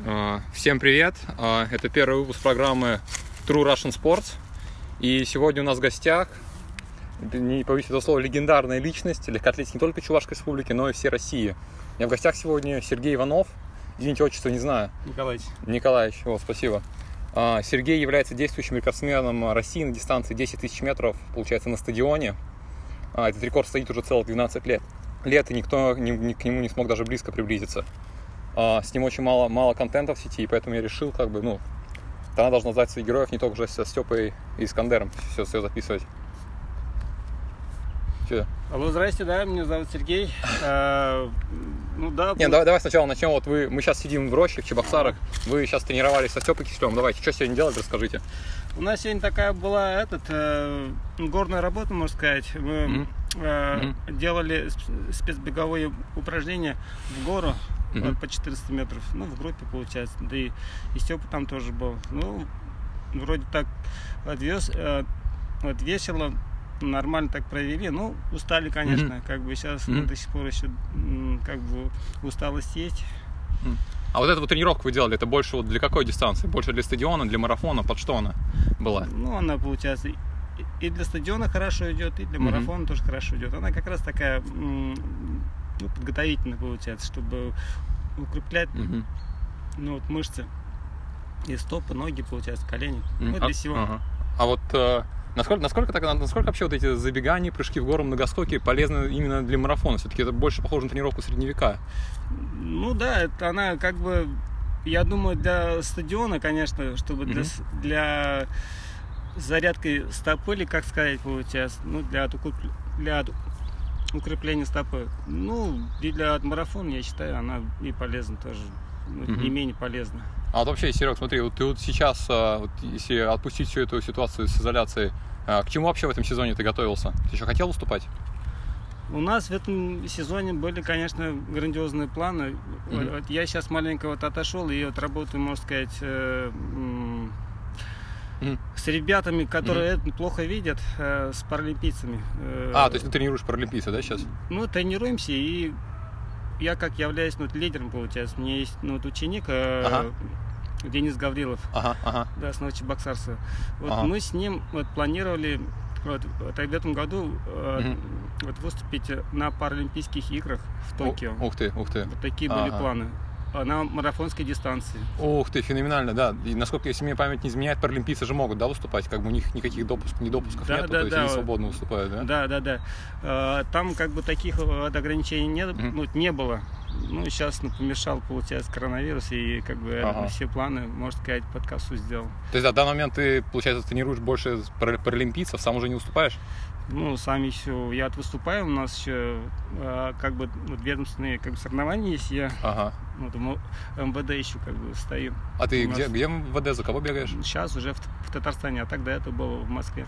Всем привет! Это первый выпуск программы True Russian Sports. И сегодня у нас в гостях, не побоюсь этого слова, легендарная личность легкоатлетики не только Чувашской республики, но и всей России. У меня в гостях сегодня Сергей Иванов. Извините, отчество не знаю. Николаевич, вот, спасибо. Сергей является действующим рекордсменом России на дистанции 10 тысяч метров, получается, на стадионе. Этот рекорд стоит уже целых 12 лет. И никто к нему не смог даже близко приблизиться. С ним очень мало контента в сети, и поэтому я решил, она должна знать своих героев, не только уже со Степой и Искандером все записывать. Че? Алло, здрасте, да, меня зовут Сергей. Давай сначала начнем. Мы сейчас сидим в роще, в Чебоксарах. Вы сейчас тренировались со Степой Киселевым. Давайте, что сегодня делать, расскажите. У нас сегодня такая была горная работа, можно сказать. Мы делали спецбеговые упражнения в гору. По 400 метров, в группе получается, да и Степа там тоже был. Вроде так весело, нормально так провели, устали, конечно, сейчас до сих пор еще усталость есть. А вот эту тренировку вы делали, это больше для какой дистанции? Больше для стадиона, для марафона, под что она была? Она, получается, и для стадиона хорошо идет, и для марафона тоже хорошо идет. Она как раз такая подготовительная, получается, чтобы укреплять мышцы и стопы, ноги, получается, колени. Для всего. А вот насколько вообще вот эти забегания, прыжки в гору, многоскоки полезны именно для марафона? Все-таки это больше похоже на тренировку средневека. Это она я думаю, для стадиона, конечно, чтобы для зарядки стопы, или как сказать, получается, для укрепление стопы. И для марафона, я считаю, она и полезна тоже. Не менее полезна. А вот вообще, Серег, смотри, ты вот сейчас, если отпустить всю эту ситуацию с изоляцией, к чему вообще в этом сезоне ты готовился? Ты еще хотел выступать? У нас в этом сезоне были, конечно, грандиозные планы. Я сейчас маленько отошел и работаю, можно сказать, с ребятами, которые плохо видят, с паралимпийцами. То есть ты тренируешь паралимпийцев, да, сейчас? Тренируемся, и я являюсь лидером, получается. У меня есть ученик, Денис Гаврилов, с Новочебоксарска. Мы с ним планировали в этом году выступить на Паралимпийских играх в Токио. Ух ты. Вот такие были планы. На марафонской дистанции. Ух ты, феноменально, да. И насколько, если мне память не изменяет, паралимпийцы же могут, да, выступать? У них никаких допусков нету, то есть они свободно выступают, да? Да. Там таких ограничений не было. Сейчас помешал, получается, коронавирус, и все планы, можно сказать, под кассу сделал. То есть, в данный момент ты, получается, тренируешь больше паралимпийцев, сам уже не выступаешь? Сам еще я выступаю, у нас еще ведомственные соревнования есть, я в МВД еще стою. А ты где в МВД, за кого бегаешь? Сейчас уже в Татарстане, а тогда это было в Москве.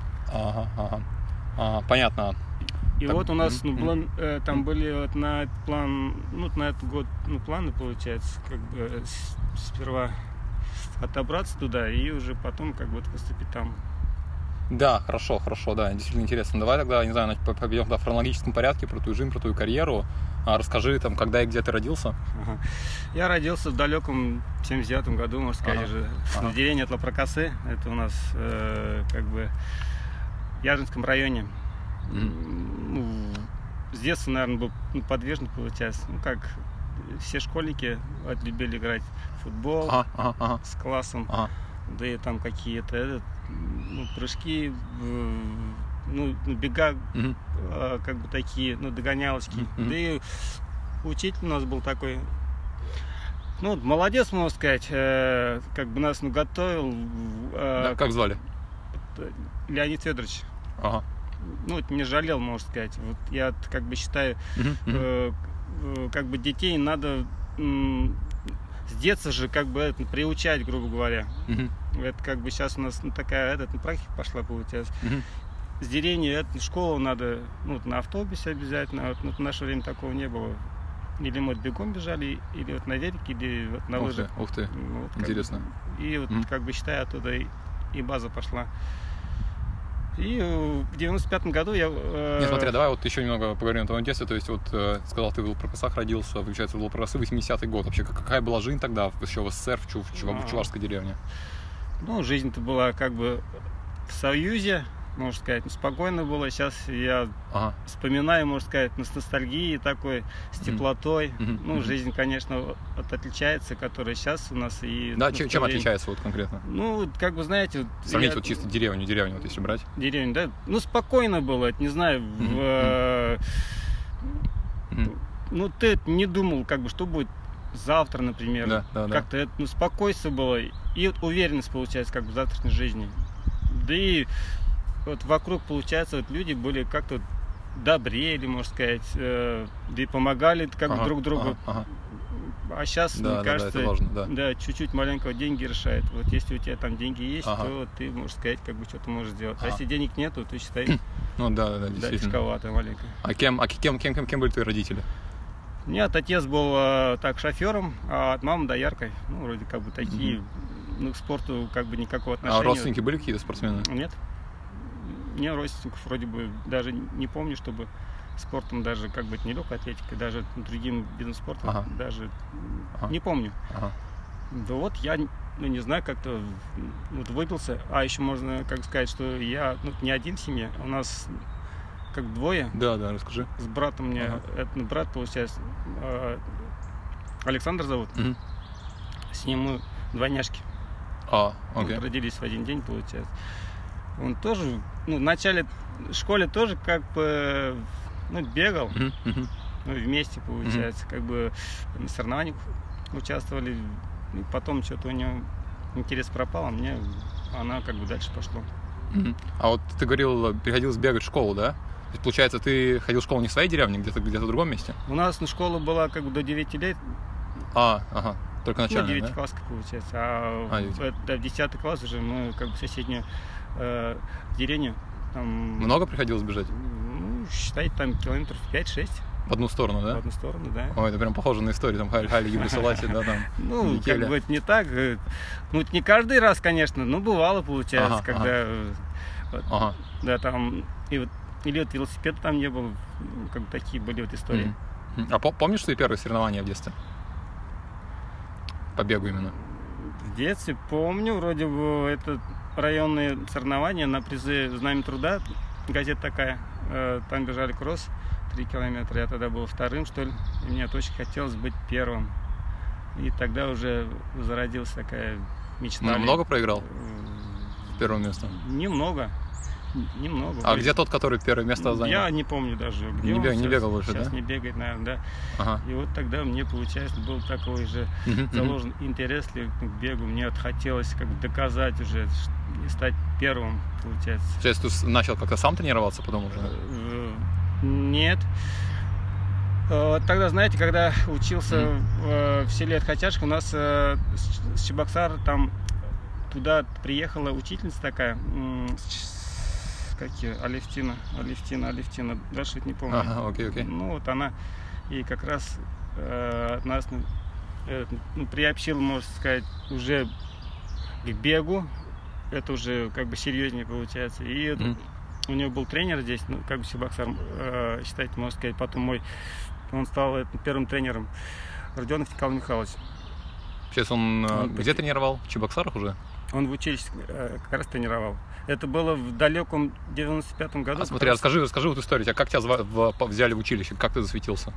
Понятно. И у нас там были на этот план, на этот год планы, получается, сперва отобраться туда и уже потом выступить там. Да, хорошо, да, действительно интересно. Давай тогда, не знаю, победем в хронологическом порядке про твою жизнь, про твою карьеру. Расскажи, когда и где ты родился. Я родился в далеком 79-м году, можно сказать, в деревне Тлопрокосы. Это у нас в Яжинском районе. С детства, наверное, был подвижный, получается. Как все школьники любили играть в футбол с классом. Да и там какие-то прыжки, бега, такие, догонялочки. Да и учитель у нас был такой, молодец, можно сказать, нас готовил. Как звали? Леонид Федорович. Не жалел, можно сказать. Я считаю, детей надо с детства же приучать, грубо говоря. Это сейчас у нас такая практика пошла, получается. С деревни школу надо на автобусе обязательно. В наше время такого не было. Или мы бегом бежали, или на велике, или на лыжах. Ух ты, интересно. И считаю, оттуда и база пошла. И в 95-м году я... Не, смотри, давай вот еще немного поговорим о твоем детстве. То есть вот сказал, ты в Волопрокосах родился, получается, в Волопрокосы 80-й год. Вообще, какая была жизнь тогда еще в СССР, в Чувашской деревне? Ну, жизнь-то была как бы в Союзе, можно сказать, спокойно было. Сейчас я вспоминаю, можно сказать, с ностальгией такой, с теплотой. Ну, жизнь, конечно, отличается, которая сейчас у нас. И да, чем отличается вот конкретно? Ну, как бы, знаете... Вот сравнить вот чисто деревню, вот если брать. Деревню, да? Ну, спокойно было, не знаю, ну, ты не думал, как бы, что будет завтра, например. Как-то это, ну, спокойствие было и вот уверенность, получается, как бы в завтрашней жизни. Да и вот вокруг, получается, вот люди были как-то добрее, можно сказать, да и помогали как бы друг другу. А сейчас, мне кажется, да, чуть-чуть маленького деньги решает. Вот если у тебя там деньги есть, то ты, можешь сказать, как бы что-то можешь сделать. А если денег нету, то считай, ну да, действительно. тяжковато маленько. А кем были твои родители? Нет, отец был так шофером, а от мамы дояркой. Ну, вроде как бы такие, ну, к спорту как бы никакого отношения. А родственники были какие-то спортсмены? Нет. Не родственников вроде бы даже не помню, чтобы спортом даже как бы не легкой атлетикой, даже другим видом спорта даже не помню. Да вот я, ну, не знаю, как-то вот выбился. А еще можно как сказать, что я не один в семье, у нас как двое. Да, расскажи. С братом мне, это брат, получается, Александр зовут. С ним мы двойняшки. Вот, родились в один день, получается. Он тоже, ну, в начале школе тоже как бы, ну, бегал, ну, вместе, получается, как бы на соревнованиях участвовали. И потом что-то у него интерес пропал, а мне она как бы дальше пошло. А вот ты говорил, приходилось бегать в школу, да? То есть, получается, ты ходил в школу не в своей деревне, где-то в другом месте? У нас школа была как бы до 9 лет. Только начальная, ну, 9 класс, получается. В 10 класс уже мы как бы в соседнюю деревню. Там, много приходилось бежать? Ну, считай, там километров 5-6. В одну сторону, да? В одну сторону, да. Ой, это прям похоже на историю, там Хайли Гибрисаласи, да, там. Ну, как бы это не так. Ну, не каждый раз, конечно, но бывало, получается, когда... Да, там... Или вот велосипеда там не было, как бы такие были вот истории. А помнишь свои первые соревнования в детстве? По бегу именно. В детстве помню, вроде бы это районные соревнования на призы «Знамя труда», газета такая, там бежали кросс 3 километра, я тогда был вторым, что ли, и мне очень хотелось быть первым. И тогда уже зародилась такая мечта. Много проиграл? Первое место? Немного. А где тот, который первое место занял? Я не помню даже, где он. Не бегал больше, сейчас да? Не бегает, наверное, да. И вот тогда мне, получается, был такой же заложен интерес к бегу. Мне хотелось как бы доказать уже и стать первым, получается. Сейчас ты начал как-то сам тренироваться потом уже? Нет. Тогда, знаете, когда учился в селе Хотяшка, у нас с Чебоксара там туда приехала учительница такая, Алевтина, дальше не помню. Окей. Ну вот она и как раз нас приобщила, можно сказать, уже к бегу. Это уже как бы серьезнее получается. И у него был тренер здесь, ну, как бы Чебоксар, считайте, можно сказать, потом он стал первым тренером, Родионов Николай Михайлович. Сейчас он где тренировал? В Чебоксарах уже? Он в училище как раз тренировал. Это было в далеком 95-м году. Смотри, расскажи вот историю. Как тебя взяли в училище? Как ты засветился?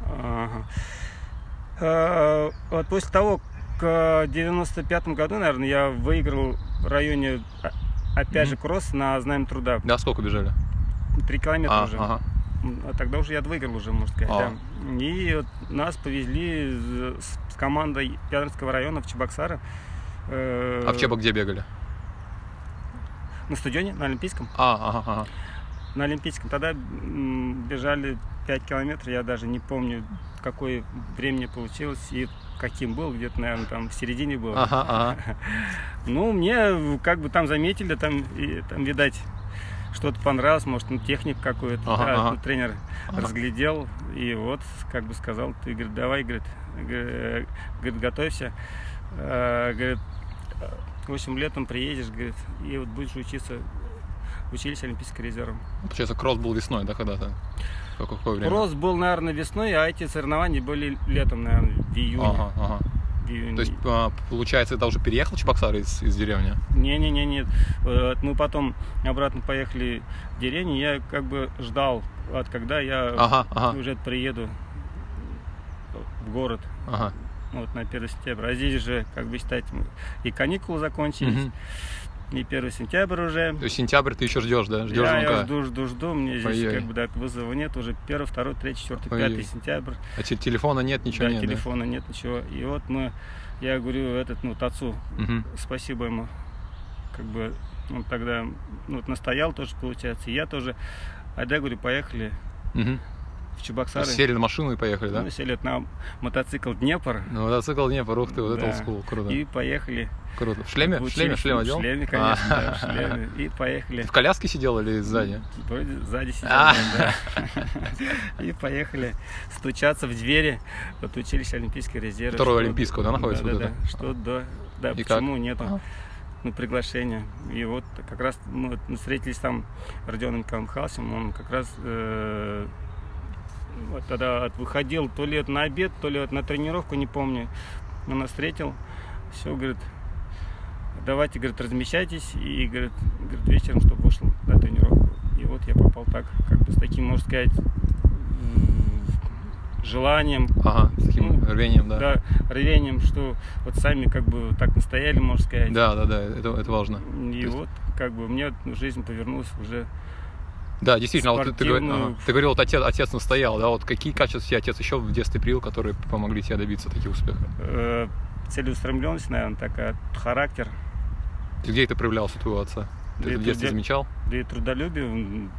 Вот после того, к 95-му году, наверное, я выиграл в районе, опять же, кросс на Знамя труда. Да, сколько бежали? 3 километра уже. А тогда уже я выиграл уже, можно сказать. Да. И вот нас повезли с командой Пятницкого района в Чебоксары. А в Чебок где бегали? На стадионе, на Олимпийском. На Олимпийском. Тогда бежали 5 километров, я даже не помню, какое времени получилось и каким был, где-то, наверное, там в середине был. Ну, мне как бы там заметили, там видать, что-то понравилось, может, техник какой-то, тренер разглядел, и вот, как бы сказал, ты, говорит, давай, говорит, готовься, говорит, 8 летом приедешь, говорит, и вот будешь учиться учились Олимпийским резервом. Получается, кросс был весной, да, когда-то? Какое время? Кросс был, наверное, весной, а эти соревнования были летом, наверное, в июне. Ага. В июне. То есть, получается, ты уже переехал в Чебоксары из деревни? Не. Мы потом обратно поехали в деревню. Я как бы ждал, когда я уже приеду в город. Ага. Вот на 1 сентября. А здесь же, как бы считать, и каникулы закончились. И 1 сентября уже. То есть сентябрь ты еще ждешь, да? Ждешь я жду. Мне здесь Ой-ой. как бы да, вызова нет. Уже 1, 2, 3, 4, 5 сентябрь. А телефона нет, ничего да, нет? Телефона нет, ничего. И вот я говорю, отцу, спасибо ему. Как бы он тогда настоял тоже, получается. И я тоже. Говорю, поехали в Чебоксары. Сели на машину и поехали, да? Сели на мотоцикл Днепр. Мотоцикл Днепр, ух ты, вот это олдскул, круто. И поехали. Круто. В шлеме? В шлеме одел? В шлеме, конечно, да, в шлеме. И поехали. Ты в коляске сидел или сзади? Вроде сзади сидел, да. И поехали стучаться в двери от училища Олимпийского резерва. Второго Олимпийского, да, находится? Да. Что да, почему нету приглашения. И вот как раз мы встретились там с Родионом Михайловичем, он как раз тогда выходил то ли на обед, то ли на тренировку, не помню. Он нас встретил, все, говорит, давайте, говорит, размещайтесь, и, говорит, вечером, чтобы вышел на тренировку. И вот я попал так, как бы с таким, можно сказать, желанием. С таким рвением, да. Да, рвением, что вот сами как бы так настояли, можно сказать. Да, это важно. И вот как бы мне жизнь повернулась уже. Да, действительно, вот ты говорил, вот отец настоял, да, вот какие качества тебе отец еще в детстве привил, которые помогли тебе добиться таких успехов? Целеустремленность, наверное, такая, характер. Ты где это проявлялся у твоего отца? Ты в детстве замечал? Да и трудолюбие.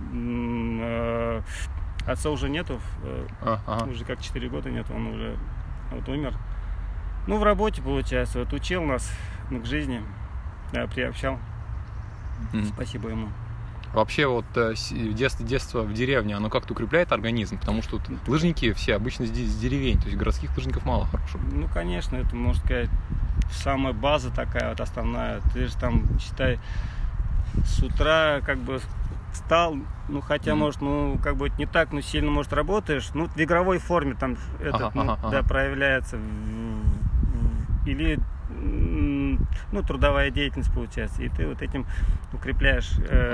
Отца уже нету, уже как 4 года нет, он уже умер. В работе, получается, вот учил нас к жизни, приобщал. Спасибо ему. Вообще вот детство в деревне, оно как-то укрепляет организм, потому что лыжники все обычно с деревень, то есть городских лыжников мало хороших. Конечно, это, можно сказать, самая база такая вот основная. Ты же там, считай, с утра как бы встал, хотя, может, как бы не так, сильно, может, работаешь, в игровой форме там проявляется, или трудовая деятельность получается, и ты вот этим укрепляешь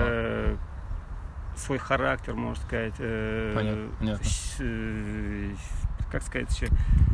свой характер, можно сказать. Понятно. Как сказать еще?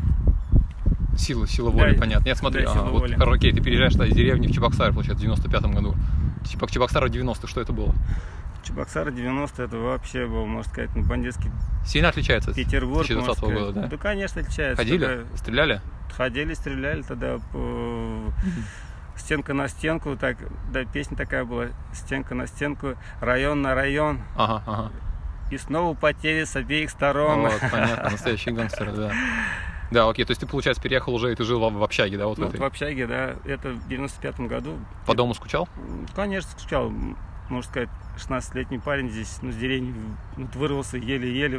Сила воли, понятно. Нет, смотри, окей, ты переезжаешь из деревни в Чебоксары, получается, в 95-м году. Типа Чебоксары 90-х, что это было? Чебоксары 90 это вообще был, можно сказать, бандитский. Сильно отличается Петербург, от 2020 года, да? Да, конечно, отличается. Ходили? Стреляли? Ходили, стреляли тогда стенка на стенку, так, да, песня такая была, стенка на стенку, район на район. И снова потери с обеих сторон. Вот, понятно, настоящие гангстеры, да. Да, окей, то есть ты, получается, переехал уже и ты жил в общаге, да? В общаге, да, это в 95-м году. По дому скучал? Конечно, скучал. Можно сказать, 16-летний парень здесь, с деревни вырвался еле-еле,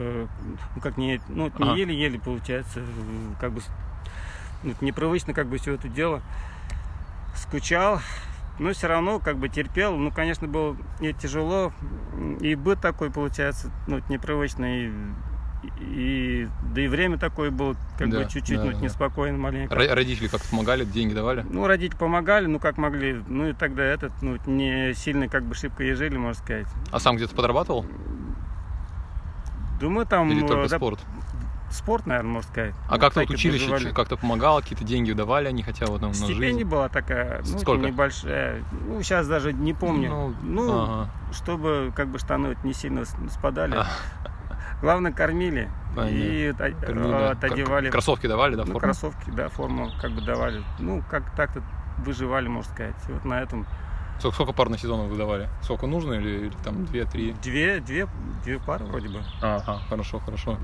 не еле-еле, получается, как бы непривычно как бы все это дело. Скучал, но все равно как бы терпел. Конечно, было и тяжело, и быт такой, получается, непривычный, да и время такое было, как бы чуть-чуть неспокойно, маленько. Родители как-то помогали, деньги давали? Родители помогали, как могли. И тогда не сильно как бы шибко и жили, можно сказать. А сам где-то подрабатывал? Думаю, там... Или только спорт? Спорт, наверное, можно сказать. А как-то училище как-то помогало, какие-то деньги давали они хотя бы на жизнь? Стипендия была такая, сколько? Небольшая. Сейчас даже не помню. Чтобы как бы штаны не сильно спадали. Главное, кормили. И одевали. Кроссовки давали, да, форму? Кроссовки, да, форму как бы давали. Как так-то выживали, можно сказать. Вот на этом. Сколько пар на сезон вы давали? Сколько нужно или там 2-3? Две пары вроде бы. Хорошо.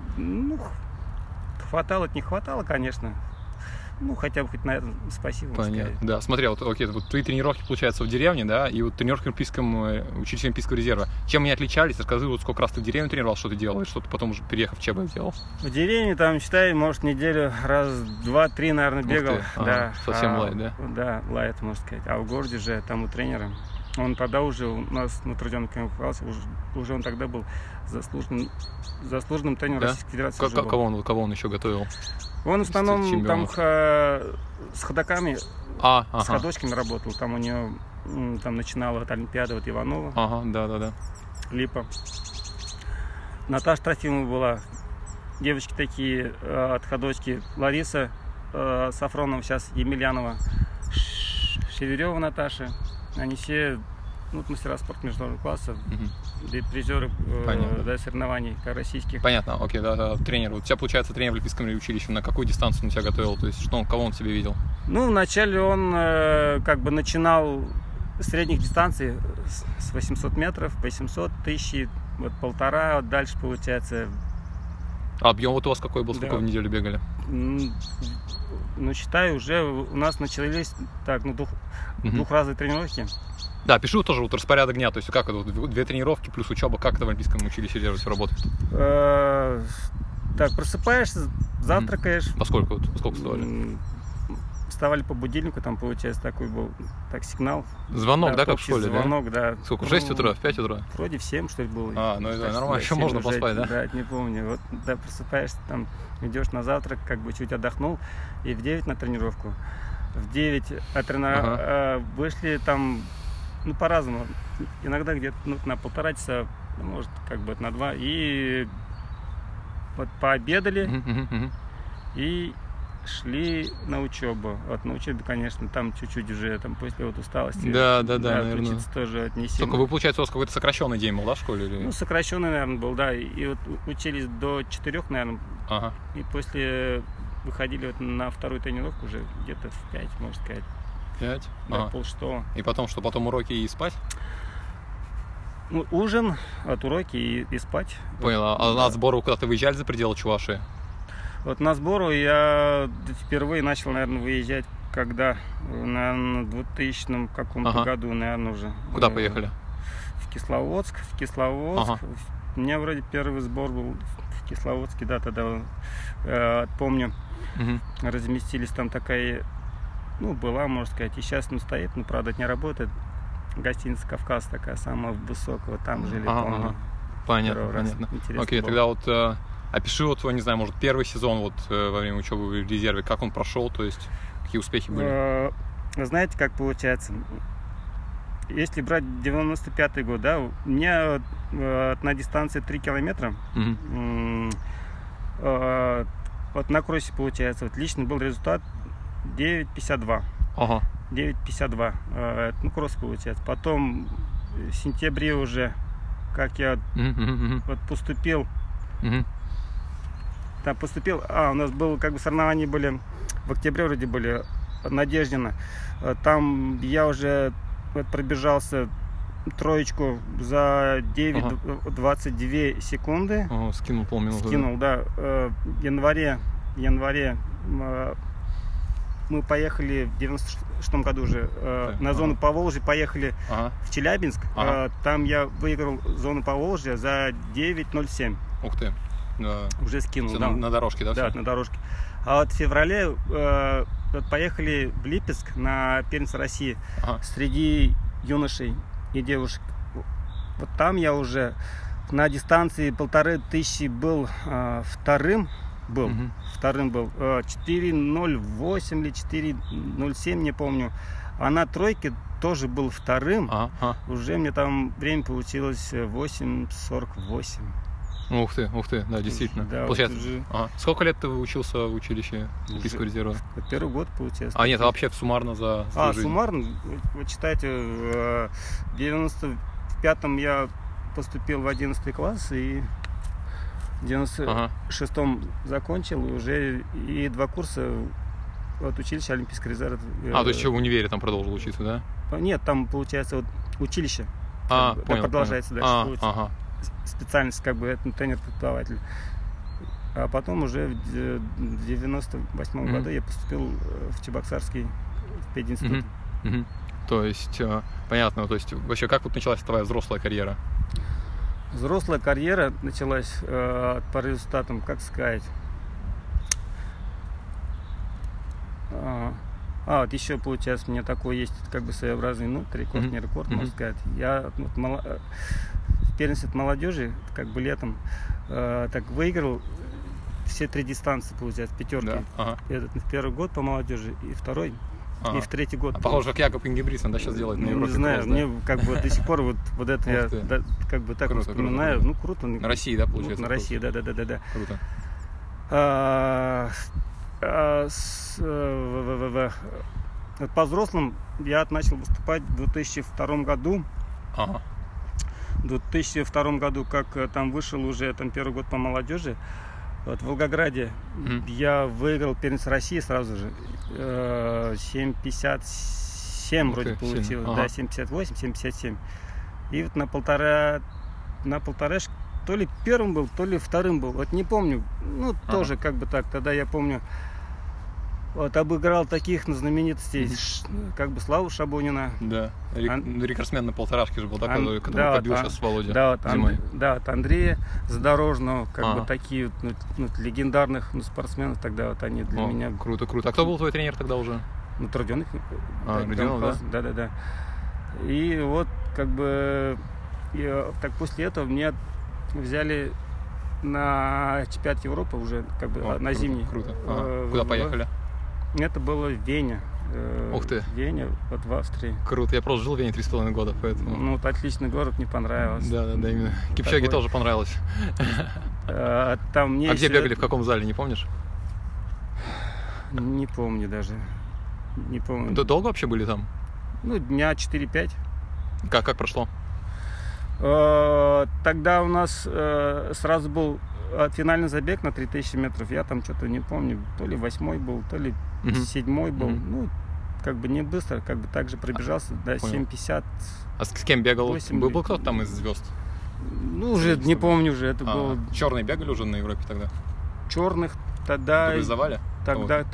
Хватало, не хватало, конечно. Хотя бы хоть на этом спасибо. Понятно. Да, смотри, вот твои тренировки, получается, в деревне, да, и вот тренировки в училище Олимпийского резерва. Чем они отличались? Расскажи, сколько раз ты в деревне тренировал, что ты делал, и что ты потом уже переехав в ЧБ делал? В деревне там, считай, может, неделю раз, 2-3, наверное, бегал. Совсем лайт, да? Да, лайт, можно сказать. А в городе же там у тренера. Он тогда уже у нас на трудовом классе, уже он тогда был заслуженным тренером Российской Федерации. Кого он еще готовил? Он в основном там с ходоками, с ходочками работал. Там у него там начинала от Олимпиады вот Иванова. Да. Липа. Наташа Трофимова была. Девочки такие от ходочки. Лариса Сафронова, сейчас Емельянова. Шеверева Наташа. Они все мастера спорта международного класса, призеры соревнований российских. Понятно, окей, да, тренер. У тебя, получается, тренер в Олимпийском училище. На какую дистанцию он тебя готовил? То есть, кого он тебе видел? Вначале он начинал с средних дистанций с 800 метров, по 700, 1000, вот 1,5, дальше, получается. А объем вот у вас какой был? Сколько в неделю бегали? Считай, уже у нас начались двухразовые тренировки. Да, пишу тоже вот распорядок дня, то есть как это, 2 тренировки плюс учеба, как это в Олимпийском училище все работает? Так, просыпаешься, завтракаешь. Сколько вставали? Вставали по будильнику, там, получается, такой был сигнал. Звонок, да, как в школе, звонок, да? Сколько, в 6 утра, в 5 утра? Вроде в 7, что ли, было. Это нормально, еще можно поспать, да? Да, не помню. Вот, да, просыпаешься, там, идешь на завтрак, чуть отдохнул, и в 9 на тренировку. В 9 вышли там, по-разному. Иногда где-то на 1,5 часа, может, на 2. И вот пообедали, и шли на учебу. Вот на учебе, конечно, там чуть-чуть уже после усталости. Да, наверное. Тоже не сильно. Только вы, получается, у вас какой-то сокращенный день был, да, в школе? Или? Сокращенный, наверное, был, да. И вот учились до 4, наверное. И после выходили на вторую тренировку уже где-то в 5, можно сказать. 5? Да, 5:30. И потом что? Потом уроки и спать? Ужин, уроки и спать. Понял. А на сбору куда-то выезжали за пределы Чувашии? Вот на сбору я впервые начал, наверное, выезжать, когда, наверное, в 2000 каком-то году, наверное, уже. Куда поехали? В Кисловодск. У меня вроде первый сбор был в Кисловодске, да, тогда помню, разместились там такая, была, можно сказать, и сейчас стоит, правда, не работает. Гостиница «Кавказ» такая, самая высокая, там жили, помню. Понятно. Окей, тогда вот опиши твой, не знаю, может, первый сезон во время учебы в резерве, как он прошел, то есть какие успехи были? Знаете, как получается? Если брать 95-й год, да, у меня на дистанции 3 километра, вот на кроссе, получается, личный был результат 9:52. 9:52. Кросс, получается. Потом в сентябре уже, как я поступил, там поступил, у нас было соревнования были в октябре, вроде были, Надеждина. Там я уже пробежался троечку за 9:22 секунды. Скинул полминуты. Скинул, да. В январе мы поехали в 96-м году уже на зону Поволжья, поехали в Челябинск. Там я выиграл зону Поволжья за 9:07. Ух ты. Уже скинул. Да. На дорожке, да? Да, на дорожке. А вот в феврале поехали в Липецк на первенство России среди юношей и девушек. Вот там я уже на дистанции 1500 был вторым. Вторым был 4:08 или 4:07, не помню. А на тройке тоже был вторым. Уже мне там время получилось 8:48. Ух ты, да, действительно. Да, получается, уже... Сколько лет ты учился в училище Олимпийского резерва? Первый год, получается. Нет, а вообще суммарно за свою жизнь? Суммарно, вот считайте, в 95-м я поступил в 11 класс и в 96-м закончил уже и 2 курса от училища Олимпийского резерва. То есть еще в универе там продолжил учиться, да? Нет, там, получается, училище. Понял, продолжается дальше. Специальность, тренер-преподаватель. А потом уже в 98 году я поступил в Чебоксарский пединститут. То есть, понятно, то есть вообще как началась твоя взрослая карьера? Взрослая карьера началась по результатам, как сказать, вот еще, получается, у меня такой есть, как бы, своеобразный, ну, рекорд, не рекорд, можно сказать. Я в первенстве молодежи, как бы, летом так выиграл все 3 дистанции, получается, пятерки. Да. Ага. Этот в первый год по молодежи, и второй, и в третий год. Похоже, как Якоб Ингебридтсен, да, сейчас делает на Европе. Не знаю, кросс, да? мне как бы до сих пор вот это я как бы так круто, вспоминаю. круто. Ну, круто. На России, да, получается? На России, да. Круто. По взрослым я начал выступать в 2002 году. Ага. В 2002 году, как там вышел уже там первый год по молодежи, вот в Волгограде я выиграл первенство России сразу же. 7,57 вроде получилось. Ага. Да, 7,58, 7,57. И вот на полторашке, то ли первым был, то ли вторым был. Вот не помню. Ну, тоже как бы так. Тогда я помню, вот обыграл таких знаменитостей, как бы Славу Шабунина. Да. Рекордсмен на полторашке же был такой, который побил сейчас Володя. Да, зимой. от Андрея Задорожного, как бы такие легендарных спортсменов тогда вот они для меня. Круто. А кто был твой тренер тогда уже? Ну, Родионов. Родионов, да? Да. И вот как бы так после этого меня взяли на чемпионат Европы уже как бы на зимний. Круто. Куда поехали? Это было в Вене. Ух ты. В Вене, вот в Австрии. Круто. Я просто жил в Вене 3,5 года, поэтому. Ну, вот отличный город, мне понравилось. Да, именно. Кипчоге тоже понравилось. Там мне где бегали, в каком зале, не помнишь? Не помню даже. Не помню. Долго вообще были там? Ну, дня 4-5. Как прошло? Тогда у нас сразу был финальный забег на 3000 метров. Я там что-то не помню, то ли 8-й был, то ли 7-й был. Ну, как бы не быстро, как бы так же пробежался, да, 7:50. А с кем бегал? Был кто-то там из звезд? Ну, уже не помню уже. Это было... Черные бегали уже на Европе тогда? Черных тогда... Дублизовали? Тогда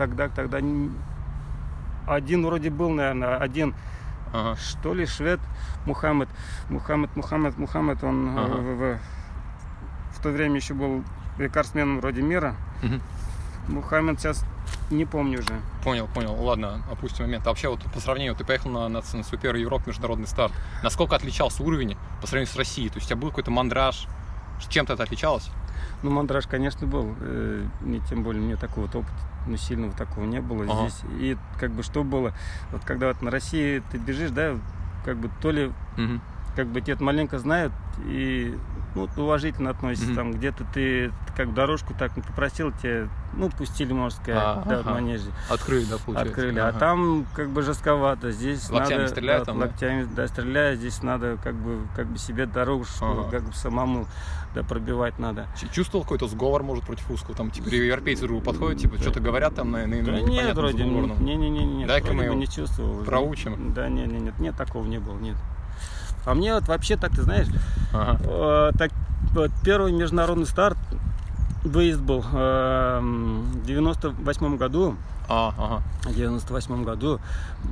один вроде был, наверное, один... Что ли, швед Мухаммед, он в то время еще был рекордсменом вроде мира. Мухаммед сейчас не помню уже. Понял. Ладно, опустим момент. А вообще, вот по сравнению, ты поехал на Супер Европ международный старт. Насколько отличался уровень по сравнению с Россией? То есть у тебя был какой-то мандраж? Чем-то это отличалось? Ну, мандраж, конечно, был. Тем более, мне такого опыта сильного такого не было здесь. И как бы что было? Вот когда вот на России ты бежишь, да, как бы то ли как бы тебя маленько знают и уважительно относятся. Там где-то ты как дорожку так попросил, тебе, пустили, можно сказать, в манеже. Открыли, да, получается. Открыли. А там как бы жестковато. Здесь локтями надо стреляют, там, локтями, стреляя. Здесь надо как бы себе дорожку как бы самому пробивать надо. Чувствовал какой-то сговор, может, против русского? Там, типа, европейцы другу подходят, типа, что-то говорят там на нет, вроде, не, дай-ка мы не чувствовал. Проучим. Да, нет, такого не было, нет. А мне вот вообще так, ты знаешь, так, вот, первый международный старт, выезд был в 98 году. В 98 году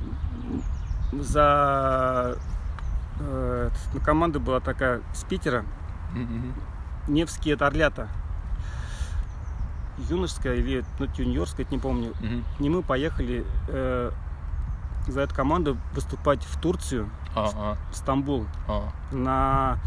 команда была такая с Питера, Невские, это Орлята. Юношеская или юниорская, не помню. И мы поехали за эту команду выступать в Турцию, в Стамбул, на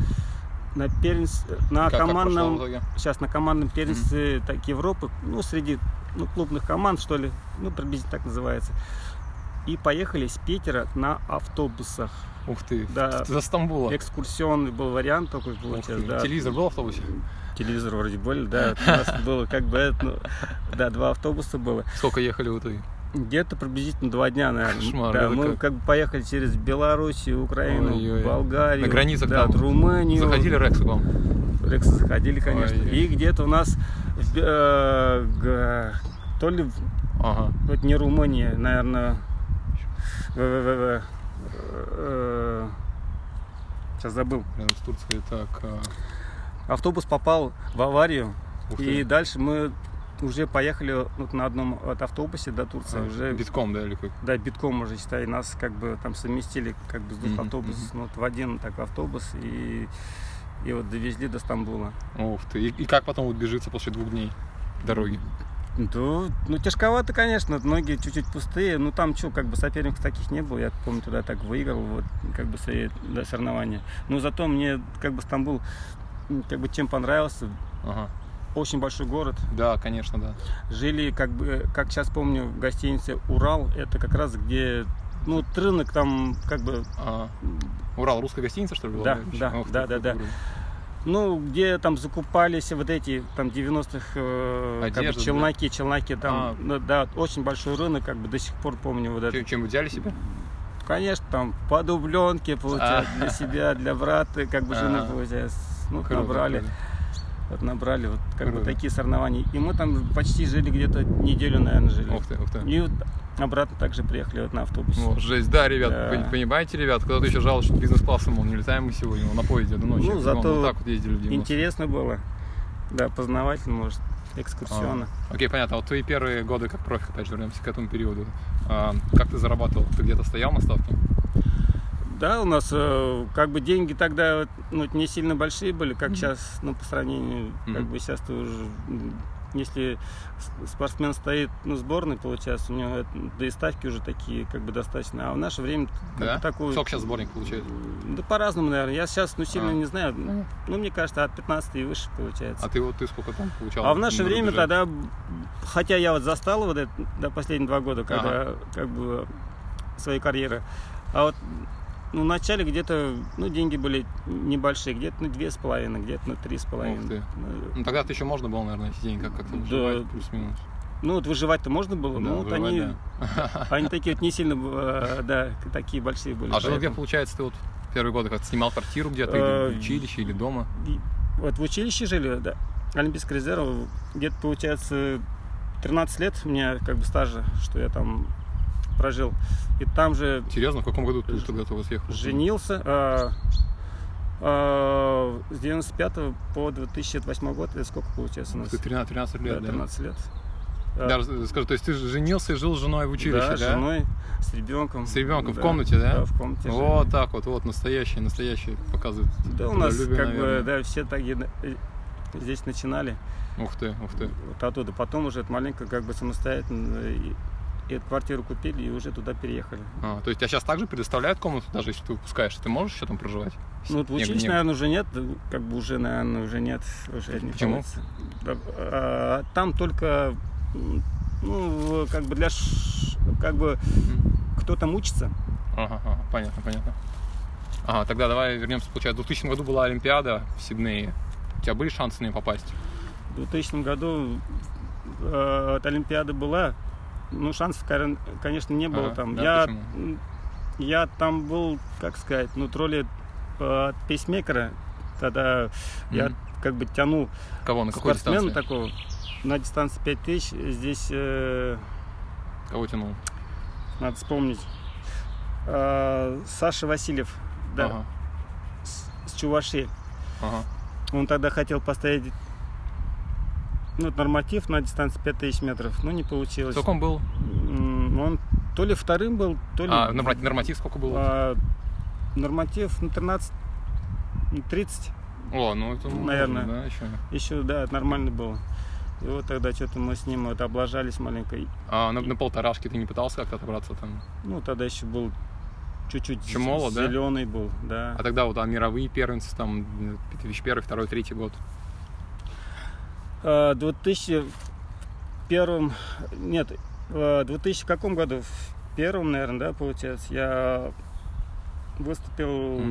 командном первенстве Европы, среди клубных команд, что ли, приблизительно так называется. И поехали с Питера на автобусах. Ух ты, да, за Стамбула. Экскурсионный был вариант такой, получается. Да. Телевизор был в автобусе? Телевизор вроде был, да. У нас было как бы, 2 автобуса было. Сколько ехали в итоге? Где-то приблизительно 2 дня, наверное. Кошмар, да, мы как бы поехали через Белоруссию, Украину, Болгарию, на границах там, Румынию. Заходили рексы к вам? Рексы заходили, конечно. И где-то у нас то ли вот не Румыния, наверное, сейчас забыл. В Турции, так. Автобус попал в аварию, и дальше мы уже поехали на одном автобусе до Турции. Уже битком, да, или как? Да, битком уже, считай, нас как бы там совместили как бы с 2 автобусов, в один такой автобус, и вот довезли до Стамбула. Ух ты, и как потом бежится после 2 дней дороги? Да, ну тяжковато, конечно, ноги чуть-чуть пустые. Ну там что, как бы соперников таких не было. Я помню, туда так выиграл, вот, как бы свои соревнования. Но зато мне как бы Стамбул как бы чем понравился. Ага. Очень большой город. Да, конечно, да. Жили, как бы, как сейчас помню, в гостинице Урал. Это как раз где, ну, рынок там, как бы. Урал, русская гостиница, что ли, была? Да. Ну, где там закупались вот эти, там, 90-х, как бы, челноки, там, да, очень большой рынок, как бы, до сих пор помню вот это. Чем вы взяли себе? Конечно, там, по дубленке, получается, для себя, для брата, как бы, жены, получается, ну, набрали. Вот набрали вот как бы такие соревнования. И мы там почти жили где-то неделю, наверное, жили. Ух ты. И вот обратно также приехали вот на автобусе. О, жесть, да, ребят, понимаете, ребят, кто-то еще жалуется, что бизнес-классом, мол, не летаем мы сегодня, на поезде до ночи. Ну, зато вот так вот ездили в 90-е. Интересно было, да, познавательно, может, экскурсионно. Окей, понятно. Вот твои первые годы как профи, опять же, вернемся к этому периоду. Как ты зарабатывал? Ты где-то стоял на ставке? Да, у нас как бы деньги тогда ну, не сильно большие были, как сейчас, ну, по сравнению, как бы сейчас ты уже, если спортсмен стоит, ну, сборной, получается, у него да и ставки уже такие, как бы, достаточно. А в наше время такой... Сколько сейчас сборник получает? Да по-разному, наверное. Я сейчас, ну, сильно не знаю. Ну, мне кажется, от 15 и выше получается. А ты сколько там получал? А в наше время тогда, хотя я вот застал вот это, да, последние 2 года, когда, как бы, своей карьеры, а вот ну, в начале где-то, ну, деньги были небольшие, где-то на 2,5, где-то на 3,5. Ну, тогда ты еще можно было, наверное, эти деньги как-то выживать, плюс-минус. Ну, вот выживать-то можно было, но вот они такие вот не сильно, да, такие большие были. А жил где, получается, ты вот первые годы как-то снимал квартиру где-то, или в училище, или дома? Вот в училище жили, да, Олимпийский резерв, где-то, получается, 13 лет у меня как бы стажа, что я там прожил. И там же... Серьезно? В каком году ты тогда съехал? Женился. С 95 по 2008 год. Это сколько получается у нас? 13 лет, да? 13 лет. Да, скажи, то есть ты женился и жил с женой в училище, да? Да, с женой, с ребенком. С ребенком, да, в комнате, да? Да, в комнате. Вот жили. Так вот, настоящий показывает. Да, у нас как бы, да, все так здесь начинали. Ух ты. Вот оттуда. Потом уже маленько как бы самостоятельно и квартиру купили и уже туда переехали. То есть тебя сейчас также предоставляют комнату, даже если ты выпускаешь, ты можешь еще там проживать? Ну, вот в училище, наверное, уже нет, как бы уже, наверное, уже нет. Уже не Почему? Там только, ну, как бы как бы кто там учится. Понятно. Тогда давай вернемся, получается, в 2000 году была Олимпиада в Сиднее. У тебя были шансы на нее попасть? В 2000 году Олимпиада была. Ну, шансов, конечно, не было там. Да, я там был, как сказать, ну, в роли пейсмейкера. Тогда я как бы тянул. Кого? На какой дистанции? Спортсмена такого. На дистанции 5000. Здесь... Кого тянул? Надо вспомнить. Саша Васильев. Да. С Чуваши. Он тогда хотел поставить... Ну, норматив на дистанции 5000 метров, но не получилось. Сколько он был? Он то ли вторым был, то ли... Норматив сколько было? Норматив 13-30. О, ну это, наверное, да, еще, да, нормально было. И вот тогда что-то мы с ним вот облажались маленько. На полторашке ты не пытался как-то отобраться там? Ну, тогда еще был чуть-чуть зеленый, да? Был, да. А тогда вот мировые первенцы, там, 2001, 2002, 2003 год? В 2001, нет, в 2000 каком году? В первом, наверное, да, получается, я выступил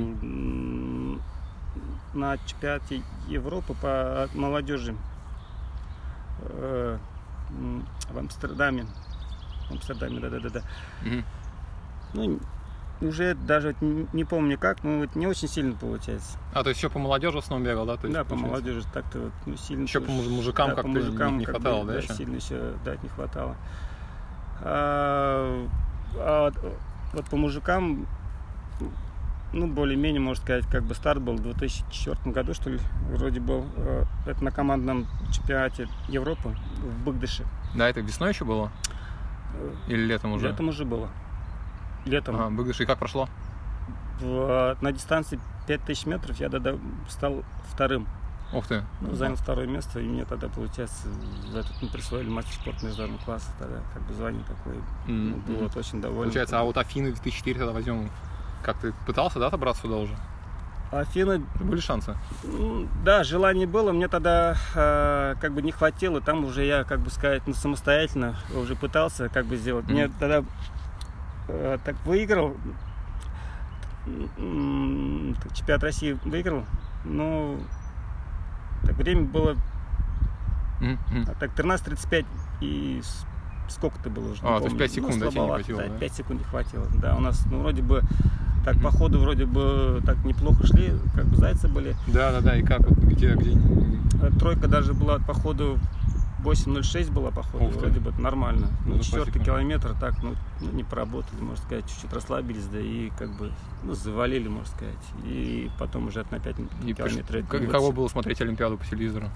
на чемпионате Европы по молодежи в Амстердаме. Да. Ну, уже даже не помню как, но вот не очень сильно получается. То есть еще по молодежи в основном бегал, да? То есть, да, по молодежи так-то вот, ну, сильно. Еще по мужикам, да, как-то не хватало, да, еще? Сильно еще, да, не хватало. Вот по мужикам, ну, более-менее, можно сказать, как бы старт был в 2004 году, что ли, вроде был. Это на командном чемпионате Европы в Быгдыше. Да, это весной еще было? Или летом уже? Летом уже было. Летом. Быгдыш, и как прошло? На дистанции 5000 метров я тогда стал вторым. Ух ты. Ну, занял второе место, и мне тогда, получается, присвоили мастер спорта международного класса, тогда как бы звание такое, был вот очень доволен. Получается, а вот Афины 2004 тогда возьмем, как ты пытался, да, отобраться сюда уже? Афины... Были шансы? Да, желание было, мне тогда как бы не хватило, там уже я, как бы сказать, самостоятельно уже пытался как бы сделать. Мне тогда так выиграл, чемпионат России выиграл, но так, время было так 13:35 и сколько-то было уже. То есть 5 секунд, да, тебе не хватило? Да, 5 секунд не хватило. Да, у нас, ну, вроде бы так по ходу вроде бы так неплохо шли, как бы зайцы были. Да, и как, где? Тройка даже была по ходу 8:06 была по ходу, вроде бы нормально. Ну, 4-й километр так, не поработали, можно сказать, чуть-чуть расслабились, да, и как бы, завалили, можно сказать. И потом уже на 5 километров. Кого было смотреть Олимпиаду по телевизору?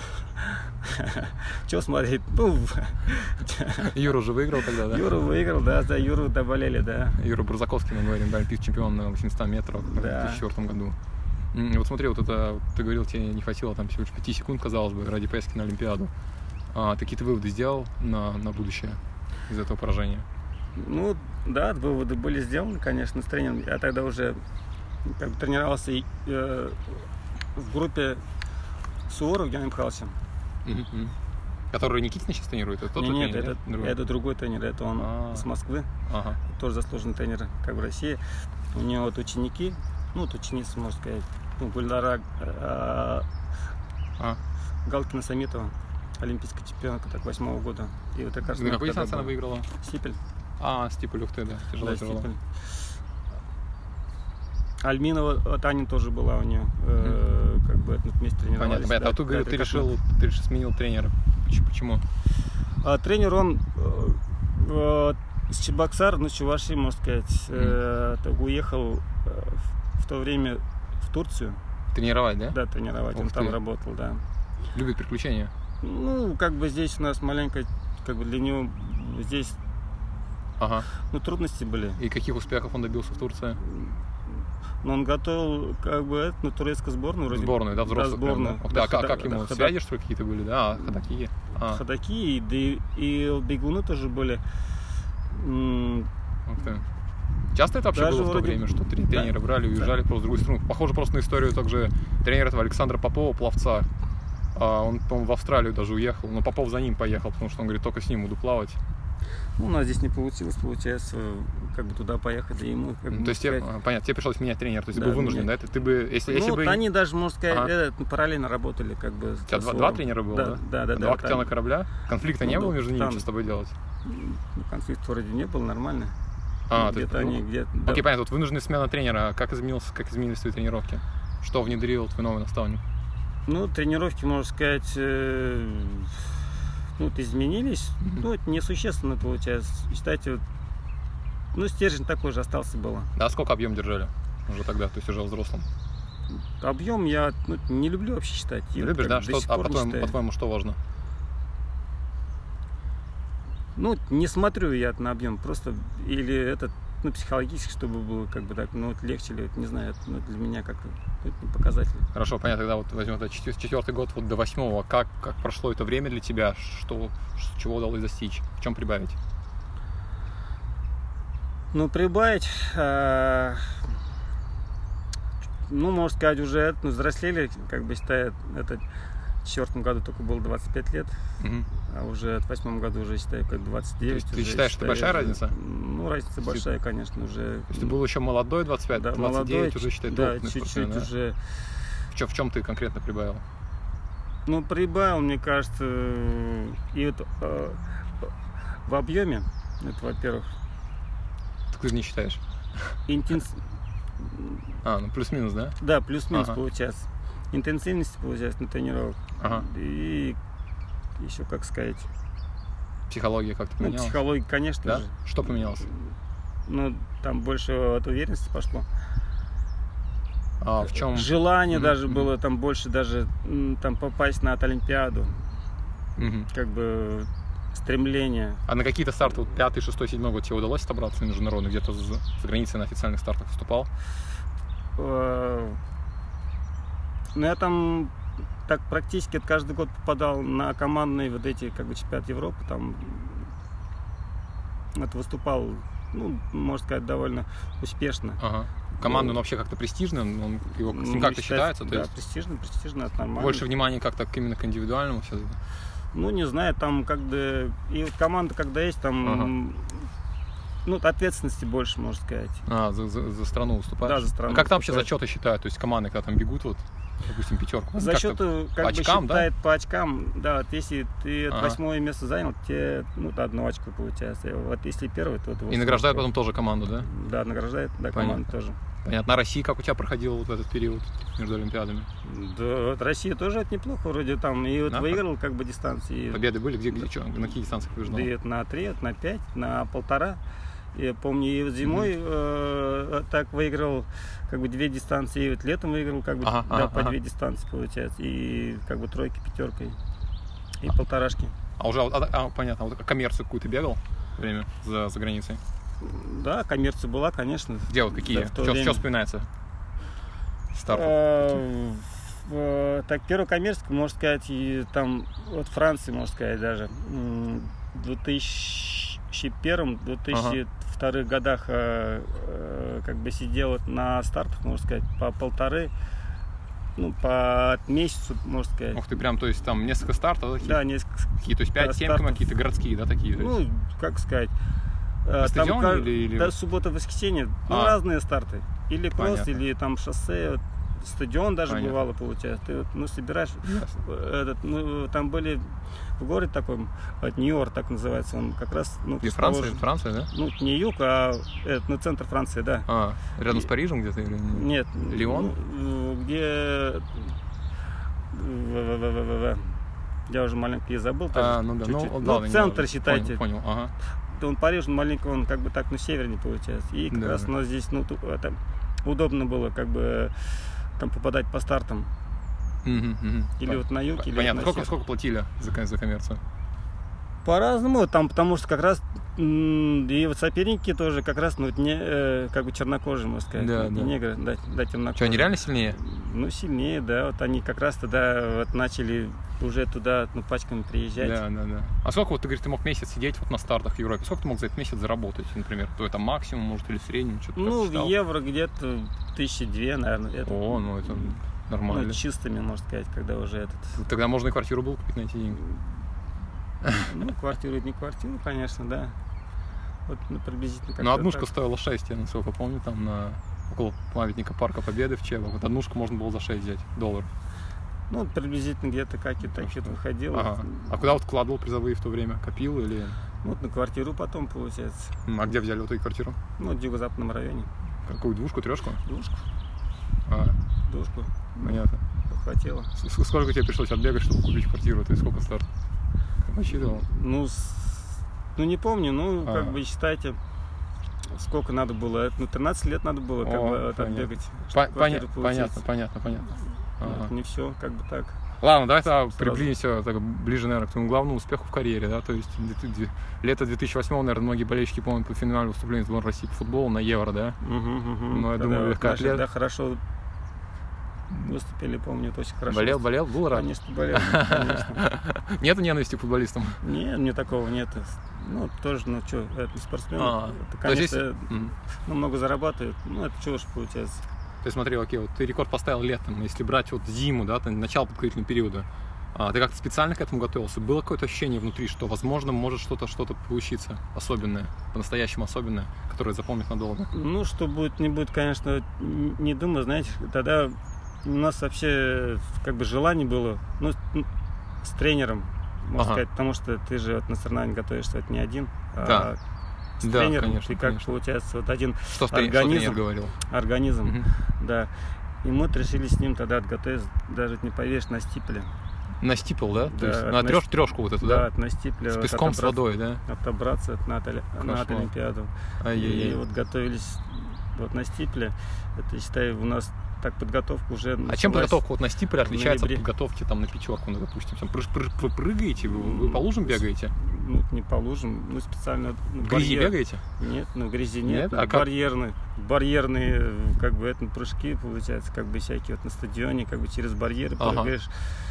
Чего смотреть? Ну, Юра уже выиграл тогда, да? Юра выиграл, да, за Юру доболели, да. Юра Брузаковский, мы говорим, да, олимпийский чемпион на 800 метров в 2004 году. И вот смотри, вот это, ты говорил, тебе не хватило там всего лишь 5 секунд, казалось бы, ради поездки на Олимпиаду. Ты какие-то выводы сделал на будущее из этого поражения? Ну, да, выводы были сделаны, конечно, с тренером. Я тогда уже как бы тренировался в группе Суворова Геннадия Михайловича. Который Никитин сейчас тренирует? Это тот же Нет, тренер? это другой тренер, это он из Москвы, тоже заслуженный тренер как бы России. У него вот ученики, ну, вот ученицы, можно сказать, Гульнара Галкина Самитова, олимпийская чемпионка, так, 8-го года. И вот, кажется, на какой дистанции она выиграла? Стипель. Стипель, ух ты, да, тяжело. Стипель. Альминова, Таня тоже была у нее, как бы вместе тренировались. Понятно. А ты решил, сменил тренера. Почему? Тренер, он с Чебоксар, Чувашии, можно сказать, уехал в то время в Турцию. Тренировать, да? Да, тренировать. Он там работал, да. Любит приключения? Ну, как бы здесь у нас маленько, как бы для него здесь, трудности были. И каких успехов он добился в Турции? Но он готовил, как бы, на турецкую сборную вроде. Сборную, да, взрослую. Да, сборную. Да, как ему? Связи, что ли, какие-то были, да? Ходаки. Ходаки, и бегуны тоже были. Ух ты. Часто это вообще было в то время, что тренеры брали и уезжали просто в другую страну? Похоже просто на историю также тренера этого Александра Попова, пловца. Он, по-моему, в Австралию даже уехал, но Попов за ним поехал, потому что он говорит, только с ним буду плавать. Ну, у нас здесь не получилось, получается, как бы туда поехать, да ему... То есть, понятно, тебе пришлось менять тренера, то есть ты был вынужден, да? Ты бы, если бы... они даже, можно сказать, параллельно работали, как бы... У тебя два тренера было, да? Да. Два капитана корабля? Конфликта не было между ними, что с тобой делать? Конфликт вроде не был, нормально. Где-то они... Окей, понятно, вот вынужденная смена тренера, как изменились твои тренировки? Что внедрил твой новый наставник? Ну, тренировки, можно сказать, изменились, несущественно получается. Считайте, стержень такой же остался было. Да, сколько объем держали уже тогда, то есть уже взрослым? Объем я не люблю вообще считать. Не любишь, да? По-твоему, что важно? Не смотрю я на объем, просто или психологически, чтобы было как бы так, легче ли, не знаю, для меня как-то не показатель. Хорошо, понятно, тогда вот возьмем 4-й год вот до 8-го, как прошло это время для тебя, чего удалось достичь, в чем прибавить? Прибавить, можно сказать, уже взрослели, как бы считая, это в 4 году только было 25 лет, а уже в 8 году уже считаю как 29. Ты считаешь, что это большая разница? Разница большая, конечно, уже. То есть ты был еще молодой, 25, да, 29 молодой, уже считай опытный чуть-чуть уже. В чем ты конкретно прибавил? Прибавил, мне кажется, и в объеме, это во-первых. Так ты не считаешь? Плюс-минус, да? Да, плюс-минус получается. Интенсивность получается на тренировок. И еще, как сказать... Психология как-то поменялась? Психология, конечно же. Что поменялось? Там больше от уверенности пошло. В чем? Желание даже было там больше, даже там попасть на Олимпиаду. Как бы стремление. А на какие-то старты, 5-й, 6-й, 7-й год тебе удалось отобраться международно? Где-то за границей на официальных стартах выступал? Я там так практически каждый год попадал на командные вот эти как бы чемпионаты Европы, там это выступал, ну, можно сказать, довольно успешно. Ага. Команда, он вообще как-то престижный, его с ним как-то считается? Да, престижно, это нормально. Больше внимания как-то именно к индивидуальному все? Ну, не знаю, там когда... И вот команда, когда есть, там... Ну, ответственности больше, можно сказать. За страну выступаешь? Да, за страну. А как там вообще зачеты считают? То есть команды, когда там бегут, вот, допустим, пятерку? Зачеты как бы очкам, считают да? по очкам. Да, вот если ты 8-е место занял, тебе, ну, 1 очко получается. Вот если первый, то... И награждают потом тоже команду, да? Да, награждает, да, команду тоже. Понятно. А Россия как у тебя проходила вот в этот период между Олимпиадами? Да, вот Россия тоже это неплохо вроде там. И вот выиграл как бы дистанции. Победы были? Где что? На каких дистанциях побеждал? Да, на 3, на 5, на 1,5. Я помню, и вот зимой так выиграл как бы 2 дистанции, и вот летом выиграл как бы по 2 дистанции получается. И как бы 3, 5 и 1,5. А уже, понятно, вот коммерцию какую-то бегал время за границей? Да, коммерция была, конечно. Где вот какие? Да, что вспоминается? Старт. Так, первый коммерческий, можно сказать, и там от Франции, можно сказать, даже. В 2001-2002 годах как бы сидел на стартах, можно сказать, по 1,5, ну, по месяцу, можно сказать. Ух ты, прям, то есть там несколько стартов? Да, несколько. Какие, то есть 5-7 какие-то городские, да, такие? Ну, как сказать. Стадион там, или... Да, суббота-воскресенье, ну, разные старты. Или кросс, или там шоссе, стадион даже бывало, получается. Ты, ну, собираешь, там были в городе таком, Нью-Йорк так называется, он как раз... Ну, где Франция, да? Ну, не юг, а центр Франции, да. Рядом с Парижем где-то? Или... Нет. Лион? Ну, где... Я уже маленько забыл. Центр, считайте. Понял, ага. Он Париж, маленько, он как бы так, ну, севернее получается. И как раз у нас здесь, ну, это удобно было как бы там попадать по стартам. Или вот на юг, или понятно. на север. Сколько платили за коммерцию? По-разному, там, потому что как раз и вот соперники тоже как раз, ну, не, как бы чернокожие, можно сказать, не негры, да, темнокожие. Что, они реально сильнее? Ну, сильнее, да, вот они как раз тогда вот начали уже туда, ну, пачками приезжать. Да. А сколько, вот ты говоришь, ты мог месяц сидеть вот на стартах в Европе, сколько ты мог за этот месяц заработать, например? То это максимум, может, или в среднем? Что-то ну, в евро где-то 1200, наверное. Это, ну это нормально. Ну, чистыми, можно сказать, когда уже этот... Тогда можно и квартиру было купить на эти деньги. Ну, квартиру это не квартиру, конечно, да. Вот, ну, приблизительно как-то. Ну, однушка стоила 6, я насколько помню, там около памятника Парка Победы в Чебах. Вот однушку можно было за 6 взять $. Ну, приблизительно где-то так что-то выходило. Ага. А куда вот вкладывал призовые в то время? Копил или... Ну, вот на квартиру потом, получается. А где взяли вот эту квартиру? Ну, в юго-западном районе. Какую, двушку, трешку? Двушку. Двушку. Понятно. Хватило. Сколько тебе пришлось отбегать, чтобы купить квартиру? Ты сколько старт? Как насчитывал? Ну, не помню, ну, как бы считайте, сколько надо было. Ну, 13 лет надо было как бы отбегать. Понятно. Это не все, как бы так. Ладно, давай тогда приблизимся ближе, наверное, к твоему главному успеху в карьере, да, то есть лето 2008-го, наверное, многие болельщики помнят по финальному выступлению сборной России по футболу на Евро, да? Ну, я думаю, легкоатлет. Да, хорошо выступили, помню, это очень хорошо. Болел? Был рад? Конечно, болел, конечно. Нету ненависти к футболистам? Нет, мне такого нет. Ну, тоже, ну, что, это спортсмен. Это, конечно, много зарабатывает. Ну, это чего ж получается. То есть смотри, окей, вот ты рекорд поставил летом, если брать вот зиму, да, начало подготовительного периода, ты как-то специально к этому готовился? Было какое-то ощущение внутри, что, возможно, может что-то получиться особенное, по-настоящему особенное, которое запомнит надолго? Ну, что будет, не будет, конечно, не думаю, знаете, тогда у нас вообще как бы желание было, ну, с тренером, можно сказать, потому что ты же вот на соревнованиях готовишься вот не один, да. С тренером, конечно, и как получается вот один что тренер говорил? Организм, да. И мы решили с ним тогда отготовиться, даже не поверишь, на стипеле. На стипел, да? То есть на трешку вот эту, да? Да, на стипле. С песком, с водой, да? Отобраться на Олимпиаду. И вот готовились вот на стипле. Это, считай, у нас так подготовка уже началась. А чем подготовка вот на стипле отличается от подготовки там на пятерку, ну, допустим? Там вы прыгаете, вы по лужам бегаете? Ну, не по лужам, ну, специально... В грязи бегаете? Нет, на грязи нет. А барьерные, как бы, это прыжки, получается, как бы всякие вот на стадионе, как бы через барьеры прыгаешь.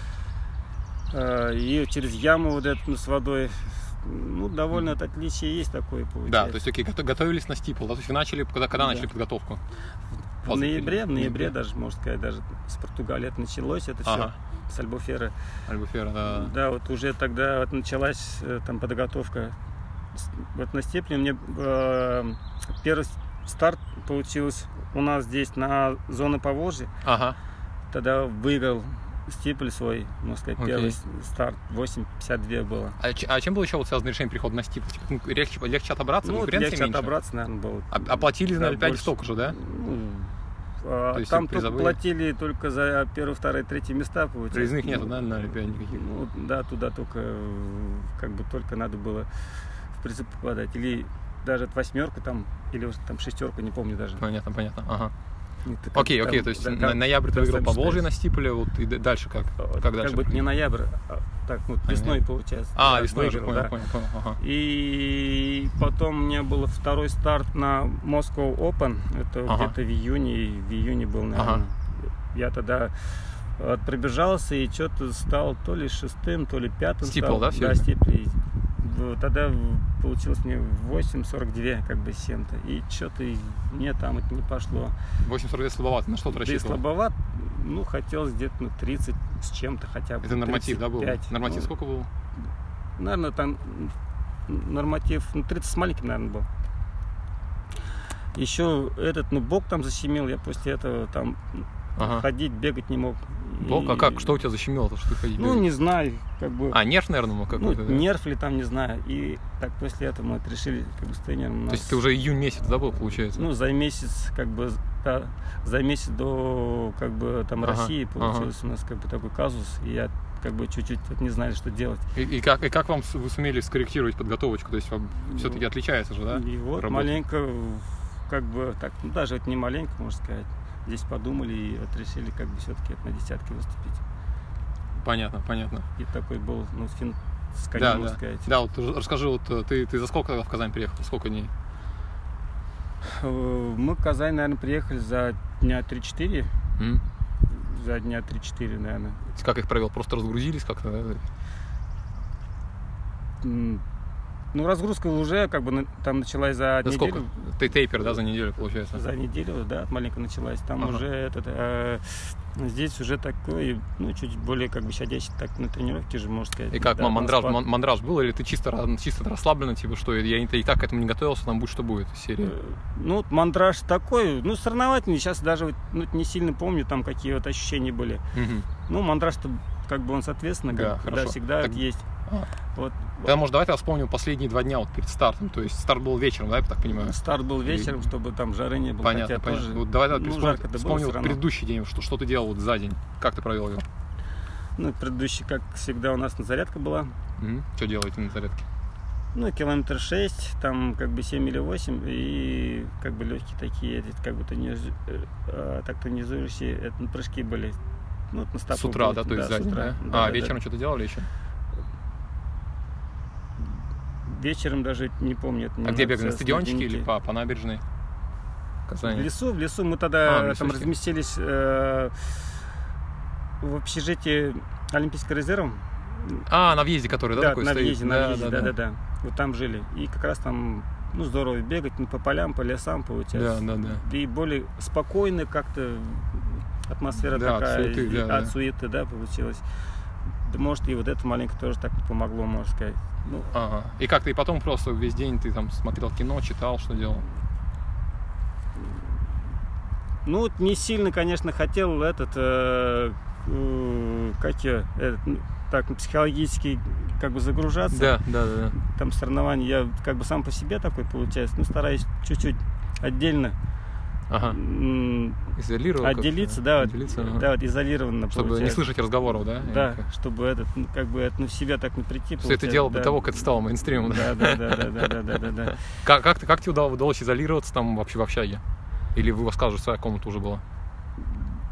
И через яму вот эту с водой. Ну, довольно отличие есть такое, получается. Да, то есть, окей, готовились на стипл, да? То есть вы начали, когда начали подготовку? В ноябре даже, можно сказать, даже с Португалии это началось, это все с Альбуфера. Да. Да, вот уже тогда вот началась там подготовка. Вот на стипле мне первый старт получился у нас здесь на зоне Поволжья. Тогда выиграл стипль свой, можно сказать, первый старт, 8.52 было. А чем было еще вот связано решение перехода на стипль? Ну, легче отобраться? Ну, легче отобраться, наверное, было. Оплатили на Олимпиаде столько же, да? Там платили только за первое, второе, третье места, получается. Призных нету, да, на Олимпиаде никаких? Ну, да, туда только, как бы, только надо было в призы попадать. Или даже от восьмерку там, или там шестерку, не помню даже. Понятно. Окей, то есть ноябрь ты выиграл по Волжье на стипле, вот и дальше как? Как дальше? Как бы не ноябрь, так вот весной получается. Весной уже, понял. И потом у меня был второй старт на Moscow Open, это где-то в июне был, наверное. Я тогда пробежался и что-то стал то ли шестым, то ли пятым. Стипл, да, все? Да, стипл. Тогда получилось мне 8.42, как бы, с чем-то. И что-то мне там это не пошло. 8.42 слабовато, на что ты рассчитывал? Слабовато, ну, хотелось где-то 30 с чем-то хотя бы. Это норматив, 35. Да, был? Норматив сколько был? Наверное, там норматив, 30 с маленьким, наверное, был. Еще бок там защемил, я после этого там ходить, бегать не мог. Бок? А как? Что у тебя защемило, что ты ходить бегать? Ну, не знаю, как бы... нерв, наверное, какой-то? Ну, нерв ли там, не знаю. И так после этого мы решили, как бы, с тренером... То есть ты уже июнь месяц, да, был, получается? Ну, за месяц, как бы, за месяц до, как бы, там, России получился у нас, как бы, такой казус. И я, как бы, чуть-чуть не знали, что делать. И как вы сумели скорректировать подготовочку? То есть все-таки отличается же, да? И вот работа? Маленько, как бы, так, ну, даже вот не маленько, можно сказать. Здесь подумали и вот решили, как бы, все-таки на десятке выступить. Понятно. И такой был, финт с конем, можно сказать. Да, вот расскажи, вот ты за сколько в Казань приехал? Сколько дней? Мы в Казань, наверное, приехали за дня 3-4. За дня 3-4, наверное. Как их провел? Просто разгрузились как-то, да? Ну, разгрузка уже, как бы, там началась за неделю. Сколько? Ты тейпер, да, за неделю, получается? За неделю, да, маленько началась. Там уже здесь уже такой, чуть более, как бы, щадящий так на тренировке же, можно сказать. И как, да, мандраж был, или ты чисто расслабленно, типа, что я и так к этому не готовился, там будет, что будет, серия? Ну, мандраж такой, соревновательный, сейчас даже, не сильно помню, там, какие вот ощущения были. Ну, мандраж-то, как бы, он, соответственно, да, всегда так... есть. Вот. Тогда, может, давай я вспомню последние 2 дня вот перед стартом. То есть старт был вечером, да, я так понимаю? Старт был вечером, чтобы там жары не было. Понятно. Тоже, вот давай вспомнил предыдущий день, что ты делал вот за день. Как ты провел его? Ну, предыдущий, как всегда, у нас зарядка была. Что делаете на зарядке? Километр 6, там, как бы, 7 или 8, и, как бы, легкие такие, как бы, тонизирующие, это прыжки были. На стопу. С утра, да, то есть за день, да? Вечером что-то делали еще? Вечером даже не помню. Где бегали? На стадиончике или по набережной? В лесу. Мы тогда там разместились в общежитии Олимпийского резерва. На въезде, который, да, такой на стоит? Въезде, на въезде, да. Вот там жили. И как раз там, здорово бегать по полям, по лесам, получается. Да. И более спокойно как-то атмосфера такая. От суеты, да, получилось. Может, и вот это маленько тоже так помогло, можно сказать. И как ты потом просто весь день ты там смотрел кино, читал, что делал? Не сильно, конечно, хотел психологически, как бы, загружаться. Да. Там соревнования, я, как бы, сам по себе такой, получается, стараюсь чуть-чуть отдельно отделиться, изолированно, чтобы получается. Не слышать разговоров, да? Да, чтобы как бы, в себя так не прийти. Все это дело до того, как это стало мейнстримом. Да. Как тебе удалось изолироваться там вообще в общаге? Или у вас, кажется, своя комната уже была?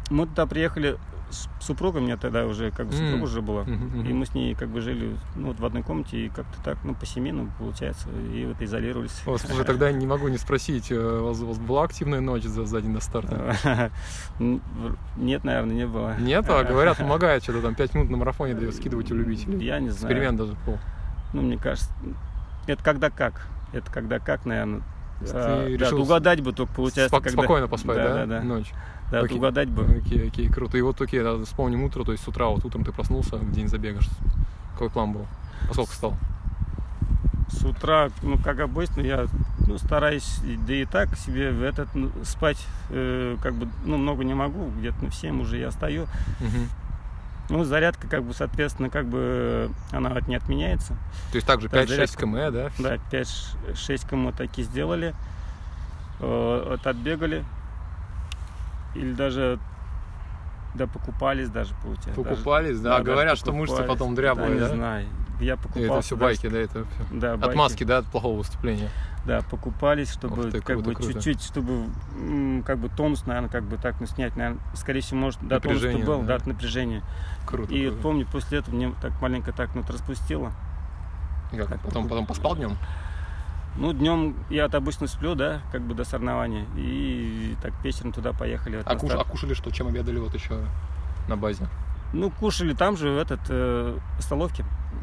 Мы туда приехали с супругой, мне тогда уже как бы супруга уже была, и мы с ней как бы жили вот в одной комнате, и как-то так, ну, по-семейному получается, и вот изолировались. Слушай, тогда не могу не спросить, у вас была активная ночь за день до старта? Нет, наверное, не было. Нет? А говорят, помогает что-то там 5 минут на марафоне дает, скидывать у любителей. Я не знаю. Эксперимент даже был. Ну, мне кажется, это когда как, наверное. Да, угадать бы только получается. Спокойно поспать, да? Ночь. Да, угадать бы. Окей, круто. И вот вспомним утро, то есть с утра, вот утром ты проснулся, в день забега. Какой план был? Поскольку встал? С утра, ну, как обычно, я стараюсь, да и так себе спать, как бы, много не могу, где-то в 7 уже я встаю. Ну, зарядка, как бы, соответственно, как бы она не отменяется. То есть также 5-6 км, да? Да, 5-6 км таки сделали, отбегали. Или даже, покупались даже, получается. Покупались, да? Говорят, что мышцы потом дряблые, да? Не знаю. Я покупался. Это все байки, да? Это да, отмазки, да, от плохого выступления. Да, покупались, чтобы чуть-чуть, чтобы как бы тонус, наверное, как бы так снять, наверное, скорее всего, может, да, тонус-то был, да, от напряжения. Круто. И вот помню, после этого мне так маленько так распустило. И как? Потом поспал днем? Ну, днем я обычно сплю, да, как бы до соревнований. И так вечером туда поехали. А кушали что? Чем обедали вот еще на базе? Ну, кушали там же, в столовке.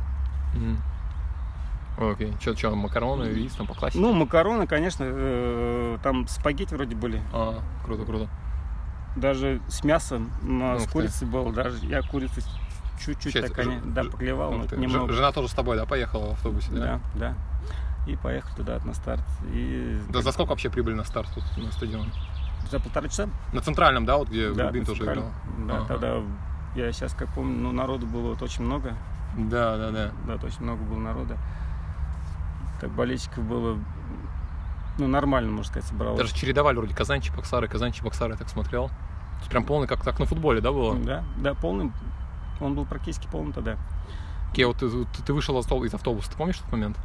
Окей. Что, макароны, рис, там по классике? Ну, макароны, конечно, там спагетти вроде были. Круто. Даже с мясом, с курицей было. Даже я курицу чуть-чуть поклевал, но немного. Жена тоже с тобой, да, поехала в автобусе, да? Да. И поехали туда на старт. Да, за сколько вообще прибыли на старт тут на стадион? За 1,5 часа. На центральном, да, вот где Рубин тоже играл? Да, тогда я сейчас как помню, народу было вот очень много. Да. Да, очень много было народа. Так болельщиков было, нормально, можно сказать, собралось. Даже чередовали вроде Казань-Чебоксары, я так смотрел. Прям полный, как на футболе, да, было? Да, полный. Он был практически полный тогда. Окей, вот ты вышел из автобуса, ты помнишь этот момент?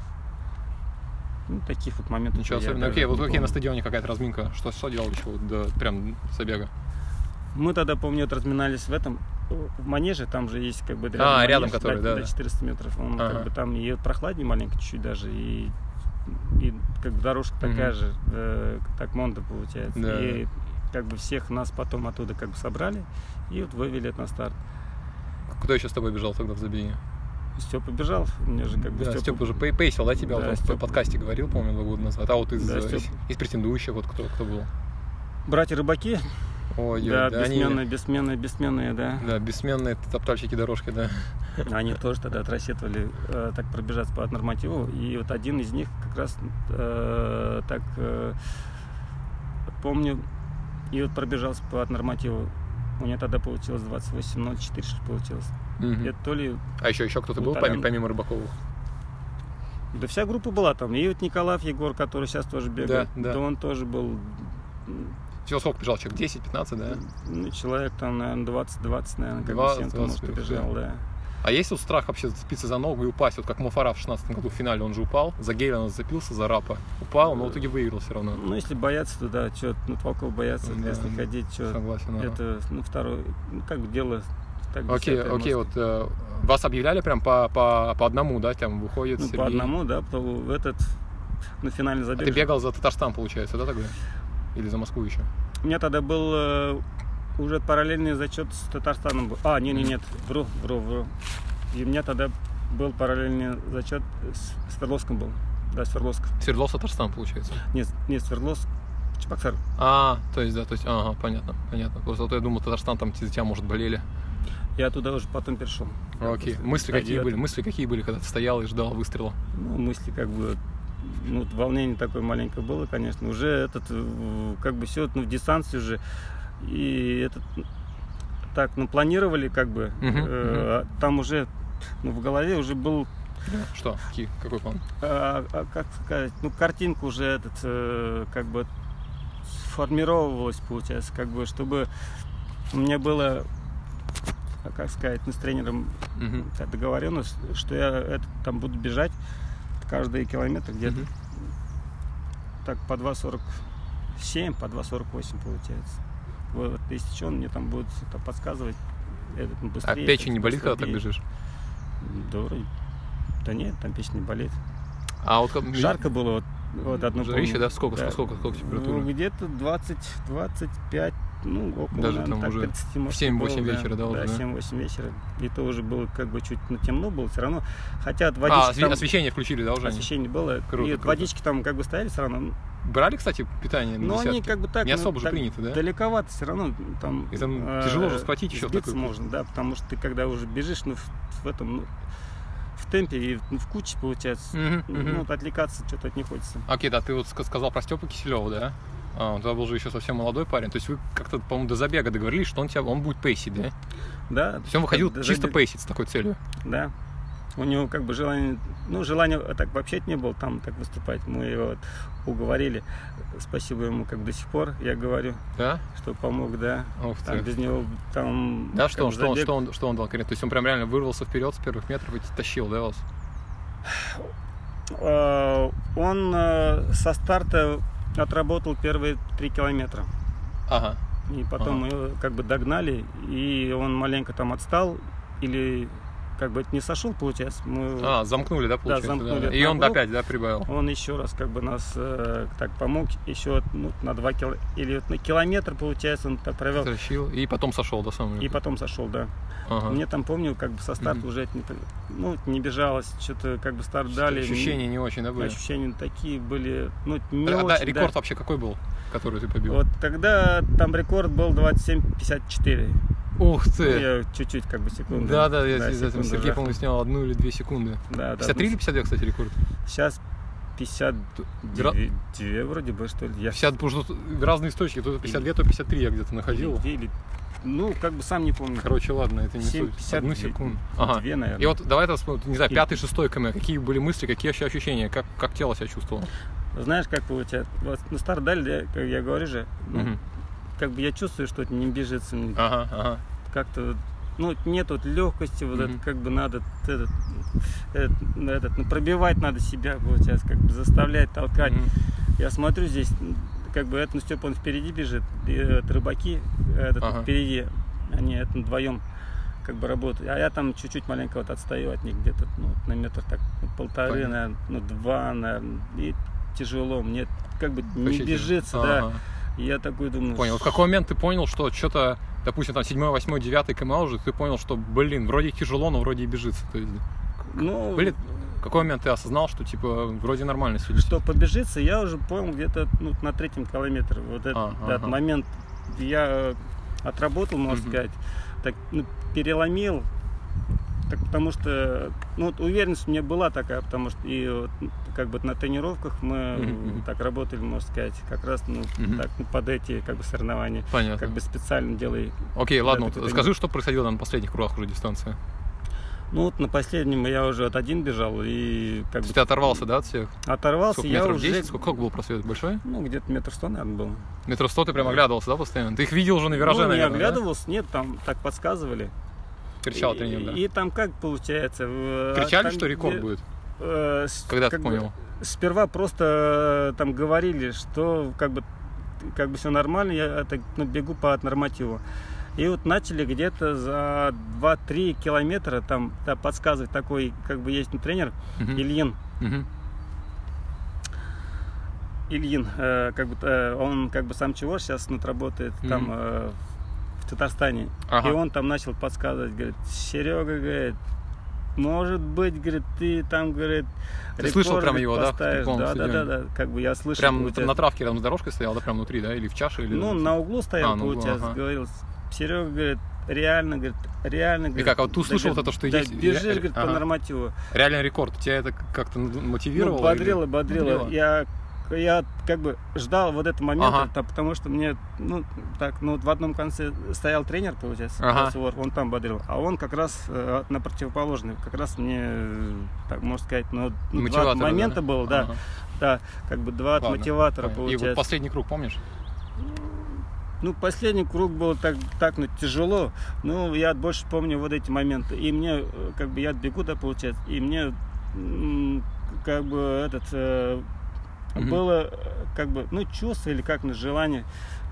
Таких вот моментов. Ничего особенного. Окей, вот на стадионе какая-то разминка. Что делали еще прям забега? Мы тогда, помню, разминались в манеже, там же есть как бы рядом манеж, который, да. 400 метров. Он как бы там и прохладнее маленько чуть-чуть даже, и как бы дорожка такая же, так Монда получается. Да. И как бы всех нас потом оттуда как бы собрали и вот вывели на старт. Кто еще с тобой бежал тогда в забеге? Степа бежал, мне же как бы Степа уже пейсил, да, тебя? Он в подкасте говорил, помню, 2 года назад. А вот из претендующих, вот кто был? Братья Рыбаки. Ой, да, бессменные, да. Да, бессменные топтальщики дорожки, да. Они тоже тогда рассчитывали так пробежаться по нормативу. И вот один из них как раз помню, и вот пробежался по нормативу. У меня тогда получилось 28:04, что ли, получилось. Это то ли... А еще кто-то был, помимо Рыбаковых? Да вся группа была там. И вот Николаев Егор, который сейчас тоже бегает, да он тоже был... Всего сколько бежал? Человек 10-15, да? Ну, человек там, наверное, 20, наверное, как 20, может, побежал, да. А есть вот страх вообще зацепиться за ногу и упасть? Вот как Мофара в 16 году в финале, он же упал, за Гейлена зацепился, за Рапа упал, но в итоге выиграл все равно. Ну, если бояться, то да, что толков бояться, если не ходить, что. Согласен, это, второе, как бы дело... Окей, вот вас объявляли прям по одному, да, там выходит Сергей? По одному, да, на финальный забег. А ты бегал за Татарстан, получается, да, тогда? Или за Москву еще? У меня тогда был уже параллельный зачет с Татарстаном. Нет, вру. И у меня тогда был параллельный зачет с Свердловском был. Да, Свердловск. Свердловск, Татарстан, получается? Нет, Свердловск, Чебоксар. Понятно. Просто я думал, Татарстан там за тебя, может, болели. Я туда уже потом перешел. Окей. Мысли какие были, когда ты стоял и ждал выстрела? Мысли как бы... волнение такое маленькое было, конечно. Уже как бы все, в дистанции уже. И планировали как бы. Там уже, в голове уже был... Что? Какой план? Как сказать, картинка уже как бы сформировалась, получается, как бы, чтобы у меня было, как сказать, с тренером договоренность, что я там буду бежать каждый километр где-то так по 2:47, по 2:48 получается. вот, если что, он мне там будет это подсказывать. Быстрее, а печень не болит, когда так бежишь? Да, вроде. Да нет, там печень не болит. А вот жарко было, вот одно жарище, да? Сколько температура? Ну, где-то 20-25, ну, около, даже наверное, там уже 30, может, в 7-8 вечера, да, уже? Да, 7-8 вечера. И то уже было как бы чуть темно было, все равно. Хотя водички там... освещение включили, да, уже? Освещение было. Круто, и водички там как бы стояли все равно. Брали, кстати, питание на десятки? Но они как бы так... Не особо же принято, да? Далековато все равно. Там, и там тяжело же схватить еще такой. можно, да, потому что ты когда уже бежишь, ну, в этом... Ну, в темпе и в куче, получается. Ну, отвлекаться что-то не хочется. Окей, да, ты вот сказал про Степу Киселева, да? Он тогда был же еще совсем молодой парень. То есть вы как-то, по-моему, до забега договорились, что он будет пейсить, да? Да. То есть он выходил чисто пейсить с такой целью? Да. У него как бы желания так вообще не было там так выступать. Мы его вот уговорили. Спасибо ему как до сих пор, я говорю. Да? Что помог, да. Ух ты. Там, без него там... Да, что он дал конкретно? То есть он прям реально вырвался вперед с первых метров и тащил, да, вас? Он со старта отработал первые 3 километра. Ага. И потом мы его как бы догнали, и он маленько там отстал, или как бы не сошел, получается. Мы... замкнули, да, получается? Да, замкнули. Да. И он опять, да, прибавил? Он еще раз как бы нас так помог, еще на 2 километра, или на километр, получается, он так провел. Тащил, и потом сошел, да, самый? И потом сошел, да. Ага. Мне там, помню, как бы со старта уже не бежалось, что-то как бы старт дали. Ощущения не очень, да, были? Ощущения такие были, не да, очень. Рекорд вообще какой был, который ты побил? Вот тогда там рекорд был 27:54. Ух ты! Я чуть-уть как бы секунду. Да, Сергей, по-моему, снял 1 или 2 секунды. Да, 53 или 52, кстати, рекорд? Сейчас 52 вроде бы, что ли. 50, потому что разные источники, то 52, то 53 я где-то находил. Ну, как бы сам не помню. Короче, ладно, это не суть. 1 секунду. Ага. 2, наверное. И вот давай, не знаю, 5-6 км. Какие были мысли, какие вообще ощущения? Как тело себя чувствовало? Знаешь, как получается? Вот на старт дали, как я говорю же, как бы я чувствую, что это не бежится. Ага. Как-то, нет вот легкости, вот это, как бы надо пробивать надо себя, получается, как бы заставлять, толкать. Я смотрю здесь, как бы этот Степа, он впереди бежит, рыбаки впереди, они вдвоем как бы работают, а я там чуть-чуть маленько вот отстаю от них, где-то на метр так 1,5, наверное, 2, наверное, и тяжело, мне как бы не бежится, да. И я такой думаю... Понял. В какой момент ты понял, что что-то, допустим, там 7, 8, 9 км уже, ты понял, что, вроде тяжело, но вроде и бежится. То есть, в какой момент ты осознал, что, типа, вроде нормально сидишь? Что побежится, я уже понял где-то на 3-м километре. Вот этот момент я отработал, можно сказать, так, переломил. Так, потому что, уверенность у меня была такая, потому что и как бы на тренировках мы так работали, можно сказать, как раз так, под эти как бы соревнования. Понятно. Как бы специально делали. Окей, ладно, скажи, что происходило на последних кругах уже дистанции. На последнем я уже один бежал и как бы... Ты оторвался, да, от всех? Оторвался, сколько, метров 10? Сколько был просвет? Большой? Где-то 100 метров, наверное, было. 100 метров ты прям оглядывался, да, постоянно? Ты их видел уже на вираже, наверное, не оглядывался, да? Нет, там так подсказывали. Кричал тренер, да? И там как получается? Кричали, что рекорд будет? Когда ты понял? Сперва просто там говорили, что как бы все нормально, я бегу по нормативу. И вот начали где-то за 2-3 километра там подсказывать, такой как бы есть тренер Ильин. Ильин, он как бы сам чего сейчас работает там в Татарстане. И он там начал подсказывать, говорит, Серега, говорит, может быть, говорит, ты там, говорит, ты слышал прям его, поставишь. Да, как бы я слышал. Прям на травке рядом с дорожкой стоял, да, прям внутри, да, или в чаше? Или... на углу стоял, получается, говорил, Серега, говорит, реально. И как, а вот ты услышал это, что есть? Бежишь, говорит, по нормативу. Реальный рекорд, тебя это как-то мотивировало? Бодрило. Я как бы ждал вот этого момента, потому что мне, в одном конце стоял тренер, получается, он там бодрил, а он как раз на противоположный, как раз мне, так можно сказать, два момента было, да, как бы два мотиватора, получается. И вот последний круг, помнишь? Последний круг был так тяжело, я больше помню вот эти моменты, и мне, как бы, я бегу, да, получается, и мне, как бы, было как бы, ну, чувство или как, ну, желание,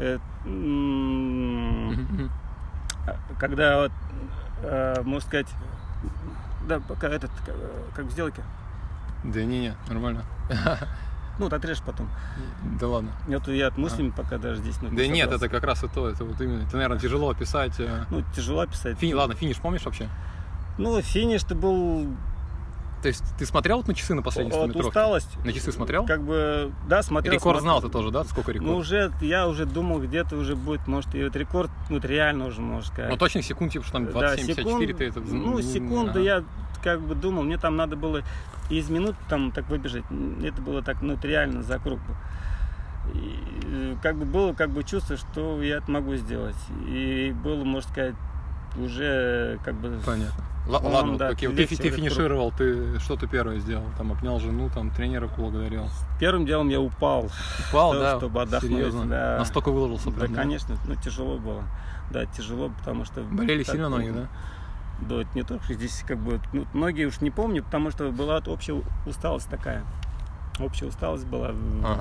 когда вот, можно сказать, да, пока этот, как в сделке. Да не, нормально. Ну, вот отрежь потом. Да ладно. Это я от мыслями пока даже здесь. Да нет, это как раз и то, это вот именно. Это, наверное, тяжело описать. Ну, тяжело описать. Ладно, финиш помнишь вообще? Ну, финиш-то был... То есть ты смотрел вот на часы на последней 100-метровке? Усталость. На часы смотрел? Как бы, да, смотрел. Рекорд знал ты тоже, да? Сколько рекорд? Ну, я уже думал, где-то уже будет, может, и вот рекорд, вот реально уже, можно сказать. Ну, точных секунд, типа, что там 27-54 ты это... Ну, секунды я как бы думал, мне там надо было из минут там так выбежать. Это было так, ну, реально за круг. И, как бы было как бы чувство, что я это могу сделать. И было, можно сказать, уже как бы... Понятно. Ладно, да, окей, ты финишировал, ты что-то первое сделал, там обнял жену, там тренера поблагодарил. Первым делом я упал. Упал, да? Чтобы отдохнуть. Серьезно? Да. Настолько выложился прям, да? Конечно, ну тяжело было. Да, тяжело, потому что... Болели так, сильно ноги, да? Да, это не только здесь как бы... Ну, ноги уж не помню, потому что была общая усталость такая. Общая усталость была.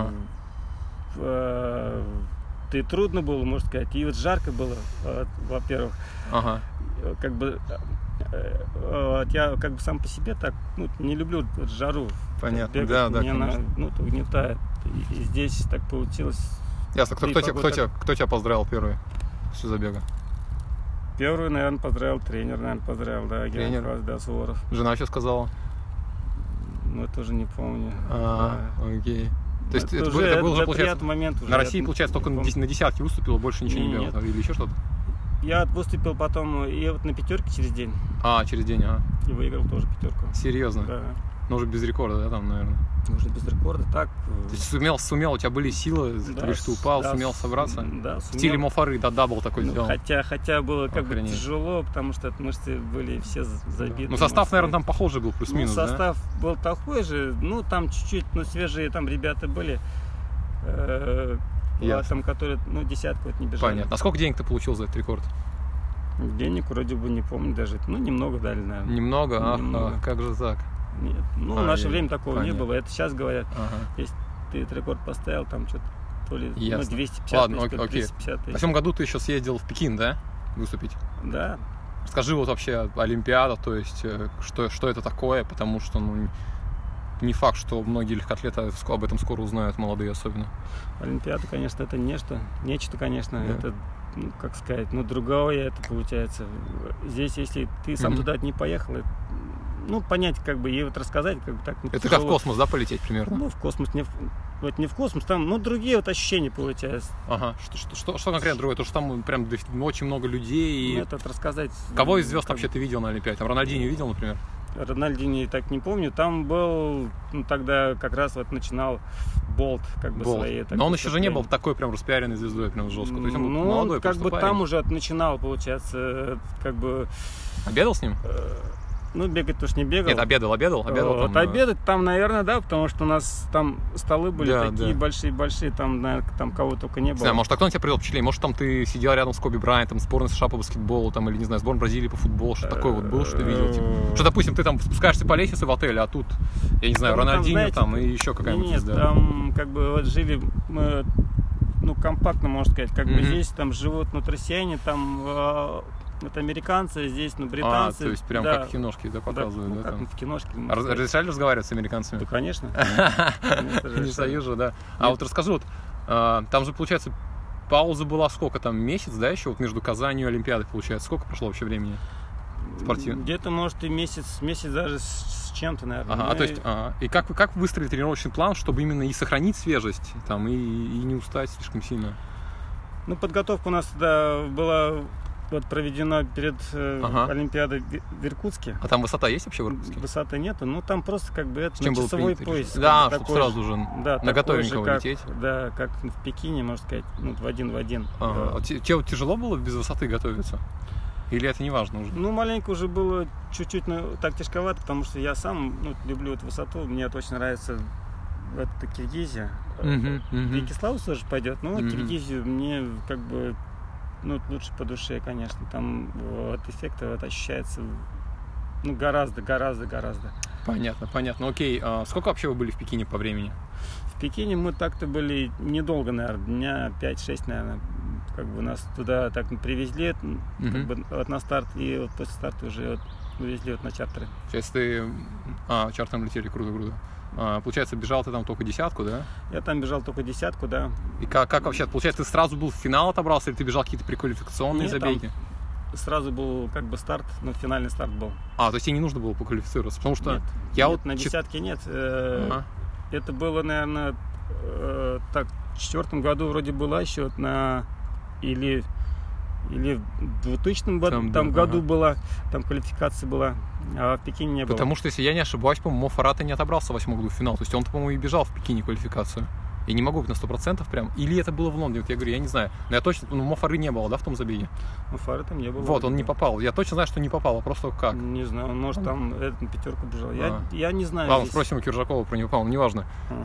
И трудно было, можно сказать. И вот жарко было, во-первых. Как бы... Я как бы сам по себе так, ну, не люблю вот жару. Понятно, бегать, да, меня угнетает. И здесь так получилось. Ясно. Кто тебя поздравил первый после забега? Первый, наверное, поздравил тренер, да, тренер, да, Суворов. Жена что сказала? Ну, это уже не помню. Окей. То есть это был уже, получается, момент уже. На России, получается, только на десятке выступила, больше ничего не бегал? Или еще что-то? Я выступил потом и вот на пятерке через день. Через день, И выиграл тоже пятерку. Серьезно? Да. Но уже без рекорда, да, там, наверное? Уже без рекорда, так. То есть сумел, у тебя были силы, да, ты говоришь, ты упал, да, сумел собраться? Да, в стиле Мофары, да, дабл такой сделал. Хотя было как бы тяжело, потому что мышцы были все забиты. Ну, состав, наверное, там похожий был, плюс-минус, да? Состав был такой же, ну, там чуть-чуть, свежие там ребята были. Там, которые, десятку вот не бежали. Понятно. А сколько денег ты получил за этот рекорд? Денег вроде бы не помню даже. Немного дали, наверное. Немного? Как же так? Нет. В наше время такого не было. Это сейчас говорят, если ты этот рекорд поставил, там что-то то ли 250 Ладно, тысяч, 350 тысяч. В этом году ты еще съездил в Пекин, да? Выступить? Да. Скажи вот вообще Олимпиада, то есть что это такое, потому что, не факт, что многие легкоатлеты об этом скоро узнают, молодые особенно. Олимпиада, конечно, это нечто, конечно, да. Это, как сказать, другое это получается. Здесь, если ты сам туда не поехал, понять, как бы, и вот рассказать, как бы так. Это тяжело. Как в космос, да, полететь примерно? В космос, не в космос, там, другие вот ощущения получаются. Что конкретно другое? То, что там прям очень много людей. И... это рассказать. Кого из звезд вообще ты видел на Олимпиаде? Там Рональдинho видел, например? Рональдинho так не помню. Там был, тогда как раз вот начинал Болт, как бы свои. Но он еще же не был такой прям распиаренной звездой, прям жестко. То есть он был молодой, как бы парень. там уже начинал, получается, как бы. Обедал с ним? Бегать тоже не бегал. Нет, обедал. Вот, обедать там, наверное, да, потому что у нас там столы были такие большие, там, наверное, там кого только не было. Не знаю, может, так он тебя привел впечатление? Может, там ты сидел рядом с Коби Брайантом, сборной США по баскетболу, там, или, не знаю, сборной Бразилии по футболу, что такое вот было, что ты видел? Типа, что, допустим, ты там спускаешься по лестнице в отеле, а тут, я не знаю, Рональдинho там и еще какая-нибудь звезда. Нет, там, как бы, вот жили мы, компактно, можно сказать, как бы здесь там живут, россияне, там... Это американцы, здесь, британцы. То есть прям как в киношке, да, показывают, да? Как в киношке. Разрешали разговаривать с американцами? Да, конечно. Не союзу, да. А вот расскажи, вот, там же, получается, пауза была сколько там, месяц, да, еще вот между Казанью и Олимпиадой, получается? Сколько прошло вообще времени спортивно? Где-то, может, и месяц даже с чем-то, наверное. То есть, и как выстроить тренировочный план, чтобы именно и сохранить свежесть, там, и не устать слишком сильно? Подготовка у нас была... проведена перед Олимпиадой в Иркутске. А там высота есть вообще в Иркутске? Высоты нету, там просто как бы это часовой пояс. Да, чтобы сразу же наготовенького лететь. Да, как в Пекине, можно сказать, в один в один. Тебе тяжело было без высоты готовиться? Или это не важно уже? Маленько уже было чуть-чуть так тяжковато, потому что я сам люблю эту высоту, мне очень нравится Киргизия. Перекиславль тоже пойдет, но Киргизию мне как бы лучше по душе, конечно. Там эффект ощущается гораздо. Понятно. Окей. Сколько вообще вы были в Пекине по времени? В В Пекине мы так-то были недолго, наверное, дня 5-6, наверное. Как бы нас туда так привезли как бы, вот на старт, и вот после старта уже вот увезли вот на чартеры. Сейчас ты... чартером летели, круто. Получается, бежал ты там только десятку, да? Я там бежал только десятку, да. И как вообще? Получается, ты сразу был в финал отобрался, или ты бежал какие-то преквалификационные забеги? Сразу был как бы старт, но финальный старт был. То есть тебе не нужно было поквалифицироваться? Потому что нет, на десятке нет. Это было, наверное, в 2004 году вроде была еще или в 2000 году была, там квалификация была, а в Пекине не было. Потому что, если я не ошибаюсь, по-моему, Мо Фарата не отобрался в 8 году в финал. То есть он, по-моему, и бежал в Пекине квалификацию. Я не могу быть на 100% прям. Или это было в Лондоне, вот я говорю, я не знаю. Но я точно, Мо Фары не было, да, в том забеге? Мо Фары там не было. Вот, он не попал. Я точно знаю, что не попал, а просто как? Не знаю, он, может, там на пятерку бежал. Я не знаю. Ладно, спросим у Киржакова про него, по-моему, неважно.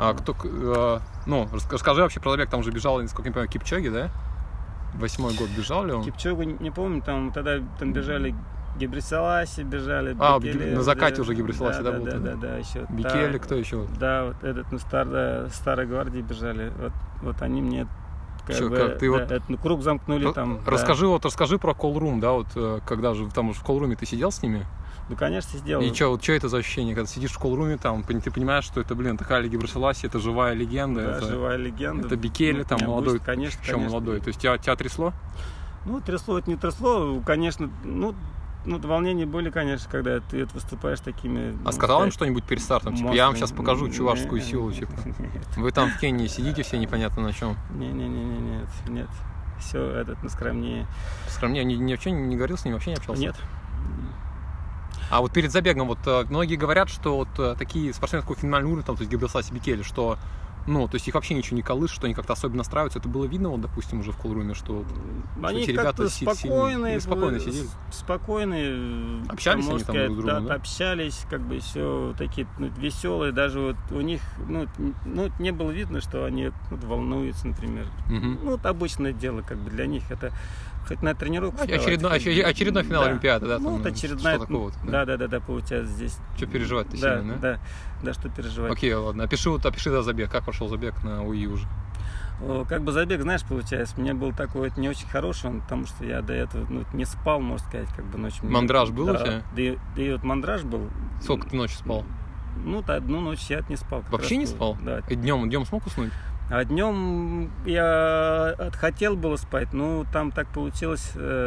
Расскажи вообще про забег, там же бежал, насколько я понимаю, Кипчоги, да? 8-й год бежал ли он? Кипчогу не помню, тогда бежали Гебреселаси, бежали. Бекеле, на закате уже Гебреселаси, да, был? Да, еще. Бекеле, кто еще? Да, вот этот старой гвардии бежали. Вот они мне круг замкнули там. Расскажи про колл-рум, да, вот когда же там в колл-руме ты сидел с ними? Ну, конечно, сидел. И что это за ощущение, когда сидишь в колл-руме, там, ты понимаешь, что это, такая Гебреселаси, это живая легенда. Да, живая легенда. Это Бекеле, там, молодой. Конечно. Молодой. То есть тебя трясло? Ну, трясло, это не трясло, конечно, волнения были, конечно, когда ты выступаешь такими... Сказал им что-нибудь перед стартом? Типа, я вам сейчас покажу чувашскую силу, типа. Вы там в Кении сидите все непонятно на чем. Нет. Все наскромнее. Скромнее? Вообще не говорил с ним, вообще не общался? Нет. А вот перед забегом, многие говорят, что такие спортсмены такого финального уровня, то есть Гебреселаси, Бекеле, что то есть их вообще ничего не колышет, что они как-то особенно настраиваются. Это было видно, допустим, уже в колл-руме, что они эти ребята спокойные сидели. Спокойные. Общались они там друг с другом, да? Общались, как бы все такие веселые. Даже вот у них, не было видно, что они волнуются, например. Это обычное дело, как бы для них это... Хоть на тренировку. Очередной финал Олимпиады, да? Это очередная. Что такого? Да, получается здесь. Что переживать-то сильно, да? Да, что переживать. Окей, ладно. Опиши забег. Как прошел забег на УИ уже? Как бы забег, знаешь, получается, у меня был такой не очень хороший, потому что я до этого не спал, можно сказать, как бы ночью. Мандраж был у тебя? Да и вот мандраж был. Сколько ты ночью спал? Одну ночь я не спал. Вообще не спал? Да. И днем смог уснуть? А днем я хотел было спать, но там так получилось,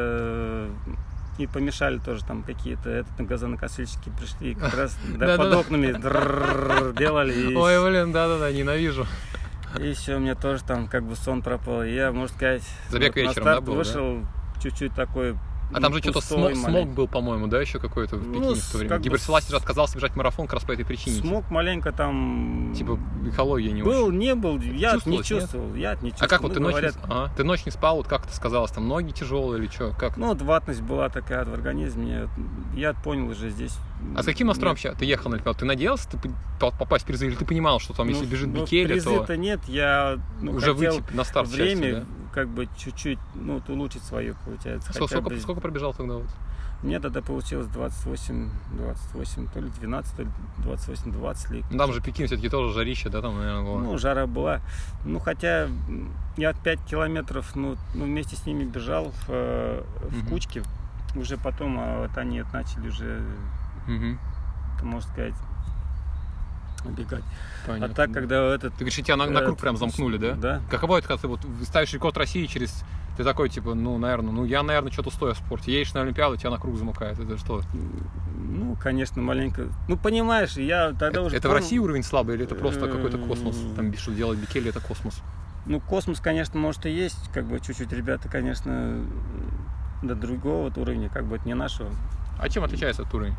и помешали тоже там какие-то газонокосильщики пришли, как раз под окнами делали. Ой, блин, да, ненавижу. И все, мне тоже там как бы сон пропал. И я, можно сказать, забег вечером, да, был, вышел чуть-чуть такой. А там же что-то смог был, по-моему, да, еще какой-то в Пекине в то время. Гебреселаси же отказался бежать марафон как раз по этой причине. Смог маленько там... Типа экология не был, очень. Не был, я не чувствовал. А как вот ты ночь не спал, вот как это сказалось, там ноги тяжелые или что? Как? Ватность была такая в организме. Я понял уже здесь. А с каким настроем ты ехал на Олимпиаду? Ты надеялся попасть в призы или ты понимал, что там, если бежит Бекеле, призы-то нет, я уже выйти на старт время, как бы чуть-чуть, улучшить свое, получается. Сколько пробежал тогда? Мне тогда получилось 28, то ли 12, то ли 28-20 ли. Там же Пекин все-таки тоже жарище, да, там, наверное, было? Жара была. Хотя я 5 километров, вместе с ними бежал в кучке. Уже потом они начали уже, можно сказать, убегать. Понятно. А так, когда Ты говоришь, тебя на круг прям замкнули, да? Да. Каково это, когда ты ставишь рекорд России через... Ты такой, типа, я, наверное, что-то стою в спорте. Едешь на Олимпиаду, тебя на круг замыкает. Это что? Конечно, маленько. Понимаешь, я тогда уже... Это в России уровень слабый или это просто какой-то космос? Там, что делать Бекеле, это космос? Космос, конечно, может и есть. Как бы чуть-чуть ребята, конечно, до другого уровня, как бы это не нашего. А чем отличается этот уровень?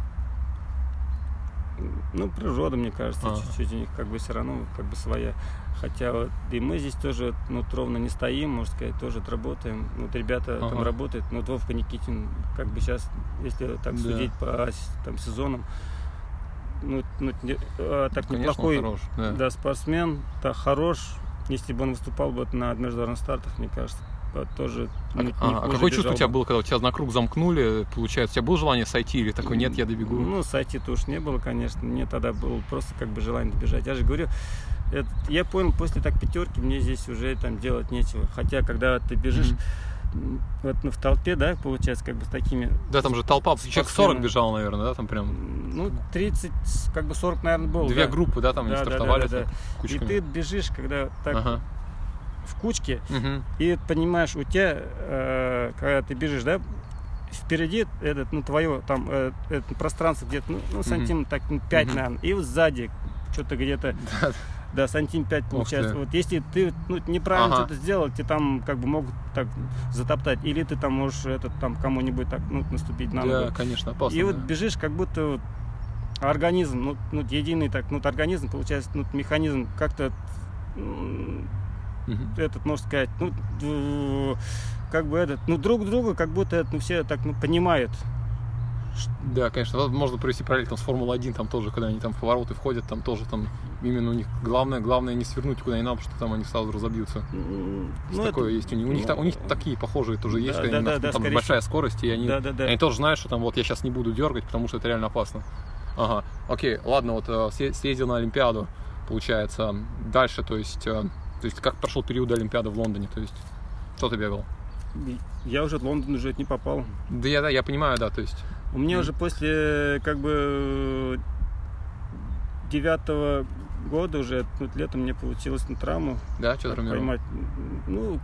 Природа, мне кажется, чуть-чуть у них как бы все равно как бы своя. Хотя и мы здесь тоже ровно не стоим, можно сказать, тоже работаем. Ребята там работают. Вовка Никитин, как бы сейчас, если так судить по сезонам, так неплохой хорош, спортсмен, так хорош. Если бы он выступал на международных стартах, мне кажется, тоже А какое чувство у тебя было, когда тебя на круг замкнули, получается? У тебя было желание сойти или такой, нет, я добегу? Сойти-то уж не было, конечно. Мне тогда было просто как бы желание добежать. Я же говорю, я понял, после так пятерки мне здесь уже там делать нечего. Хотя, когда ты бежишь вот, ну, в толпе, да, получается, как бы с такими... Да, там же толпа, человек 40 бежал, наверное, да, там прям... Ну, 30, как бы 40, наверное, было. Две группы, да, там они стартовали кучками. И ты бежишь, когда так в кучке, и понимаешь, у тебя, когда ты бежишь, да, впереди этот, ну, твое там это пространство где-то, ну сантиметров так, 5, наверное, и вот сзади что-то где-то, да, сантиметров 5 получается. Вот если ты, ну, неправильно что-то сделал, тебе там как бы могут так затоптать, или ты там можешь там кому-нибудь так, ну, наступить на ногу. Да, конечно, опасно. И вот бежишь, как будто вот организм, ну единый так, ну, организм, получается, ну, механизм как-то этот, можно сказать, ну, как бы этот, ну, друг друга, как будто, ну, все так, ну, понимают. Да, конечно, можно провести параллель там с Формулой-1, там тоже, когда они там в повороты входят, там тоже там именно у них главное не свернуть куда не надо, потому что там они сразу разобьются. Ну, такое есть у них. У них такие похожие тоже есть, когда там большая скорость, и они тоже знают, что там вот я сейчас не буду дергать, потому что это реально опасно. Ага, окей, ладно, вот съездил на Олимпиаду, получается, дальше, то есть как прошел период Олимпиады в Лондоне, то есть что ты бегал? Я уже в Лондон уже не попал. Да, я понимаю, да, то есть... У меня уже после, как бы, 9-го года уже, ну, летом мне получилось на травму. Да, что травмировал? Ну,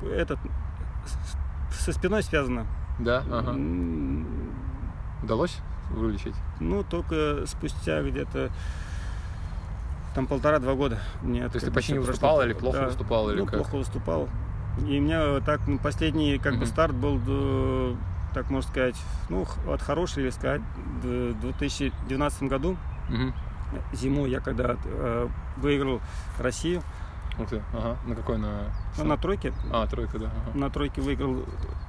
со спиной связано. Да, ага. Удалось вылечить? Ну, только спустя где-то там 1,5-2 года. Мне то есть ты почти не выступал или плохо выступал? Или как? Плохо выступал. И у меня так, ну, последний как бы старт был, так можно сказать, ну, от хороший, или сказать, в 2012 году. Зимой я когда выиграл Россию. Ух ты, ага. На какой? На тройке. Тройка, да. Ага. На тройке выиграл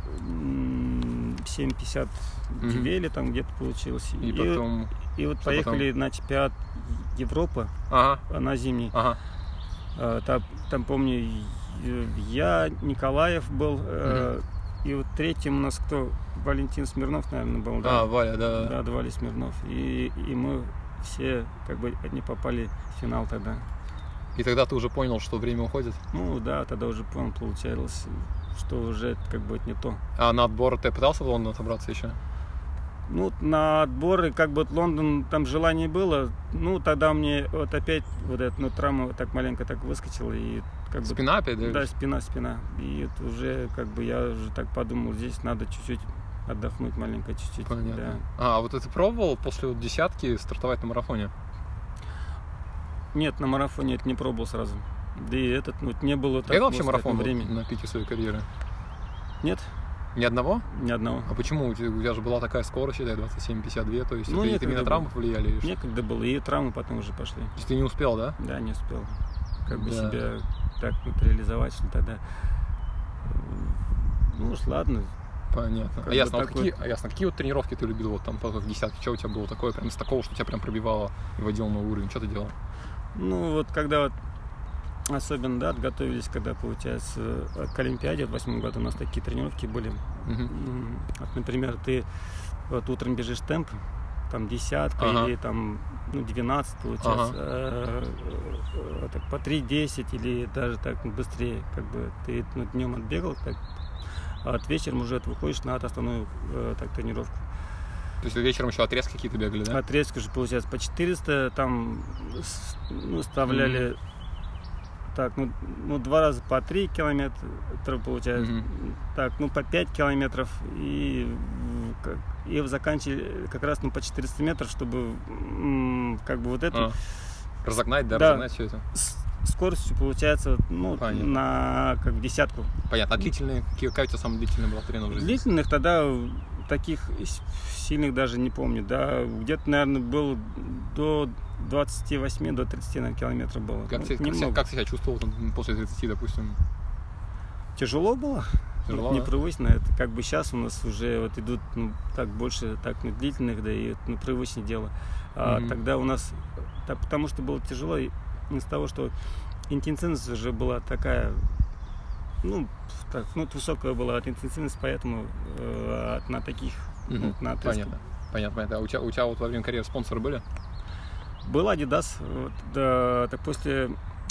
7,52 или там где-то получилось. И потом... И вот поехали на чемпионат Европы на зимний. Там помню, я, Николаев был, и вот третьим у нас кто? Валентин Смирнов, наверное, был. Да? Валя, да. Да, Валя Смирнов. И мы все как бы не попали в финал тогда. И тогда ты уже понял, что время уходит? Ну да, тогда уже понял, получалось, что уже как бы это не то. А на отбор ты пытался в Лондон отобраться еще? Ну, на отборы, как бы, Лондон, там желание было. Ну, тогда мне вот опять вот эта, ну, травма так маленько так выскочила. И как бы... Спина опять, да? Да, спина. И это уже, как бы, я уже так подумал, здесь надо чуть-чуть отдохнуть маленько, чуть-чуть. Понятно. Да. Вот ты пробовал после вот десятки стартовать на марафоне? Нет, на марафоне это не пробовал сразу. Да и этот, ну, не было так. Бегал вообще марафон времени на пике своей карьеры? Нет. Ни одного? Ни одного. А почему? У тебя же была такая скорость, считай, 27-52, то есть ну, это именно травмы повлияли? Некогда было, и травмы потом уже пошли. То есть ты не успел, да? Да, не успел. Как бы себя так реализовать, что тогда. Ну уж ладно. Понятно. Ясно, какие вот тренировки ты любил вот там по десятке? Что у тебя было такое, прям из такого, что тебя прям пробивало и водило на уровень? Что ты делал? Ну вот когда вот особенно, да, готовились, когда, получается, к Олимпиаде в 2008 году у нас такие тренировки были. Вот, например, ты вот утром бежишь темп, там десятка или там, ну, 12, получается, так, по 3:10 или даже так быстрее, как бы ты, ну, днем отбегал, так, а от вечером уже выходишь на основную так, тренировку. То есть вечером еще отрезки какие-то бегали, да? Отрезки же, получается, по 400, там, ну, вставляли так, ну 2 раза по 3 километра, получается, так, ну, по 5 километров, и заканчивали как раз, ну, по 400 метров, чтобы как бы вот это... Разогнать, да, разогнать все это. Скоростью, получается, ну, на как десятку. Понятно. А длительные, какая у тебя самая длительная была тренировка? Длительных тогда таких сильных даже не помню, да, где-то, наверное, было до 28, до 30 на километров было. Как ты себя чувствовал там, после 30, допустим? Тяжело было. Тяжело, непривычно. Это как бы сейчас у нас уже вот идут, ну, так больше так, ну, длительных, да, и, ну, привычнее дело. А тогда у нас, так, потому что было тяжело из того, что интенсивность уже была такая, ну, так, ну, высокая была интенсивность, поэтому на таких, на отрезке. Понятно. А у тебя вот во время карьеры спонсоры были? Был Adidas. Вот, да, так после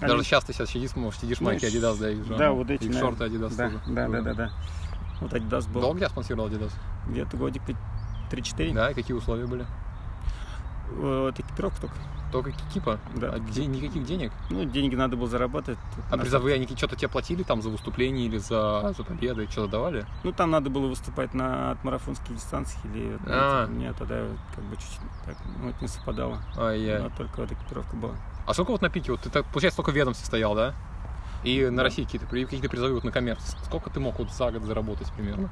Даже сейчас ты сейчас сидишь майки Adidas, да, и да, вот эти, и шорты Adidas да, тоже. Да. Вот Adidas был. Долго тебя спонсировал Adidas? Где-то годик 3-4. Да, и какие условия были? Вот экипировка только. Только кипа? Да. А никаких денег? Ну, деньги надо было заработать. А призовые они что-то тебе платили там за выступление или за победы? Что-то давали? Ну, там надо было выступать на марафонских дистанциях или... Нет, тогда как бы чуть-чуть так, это не совпадало. Но только вот экипировка была. А сколько вот на пике? Вот ты, получается, только в ведомстве стоял, да? И на России какие-то призовые вот на коммерции. Сколько ты мог вот за год заработать примерно?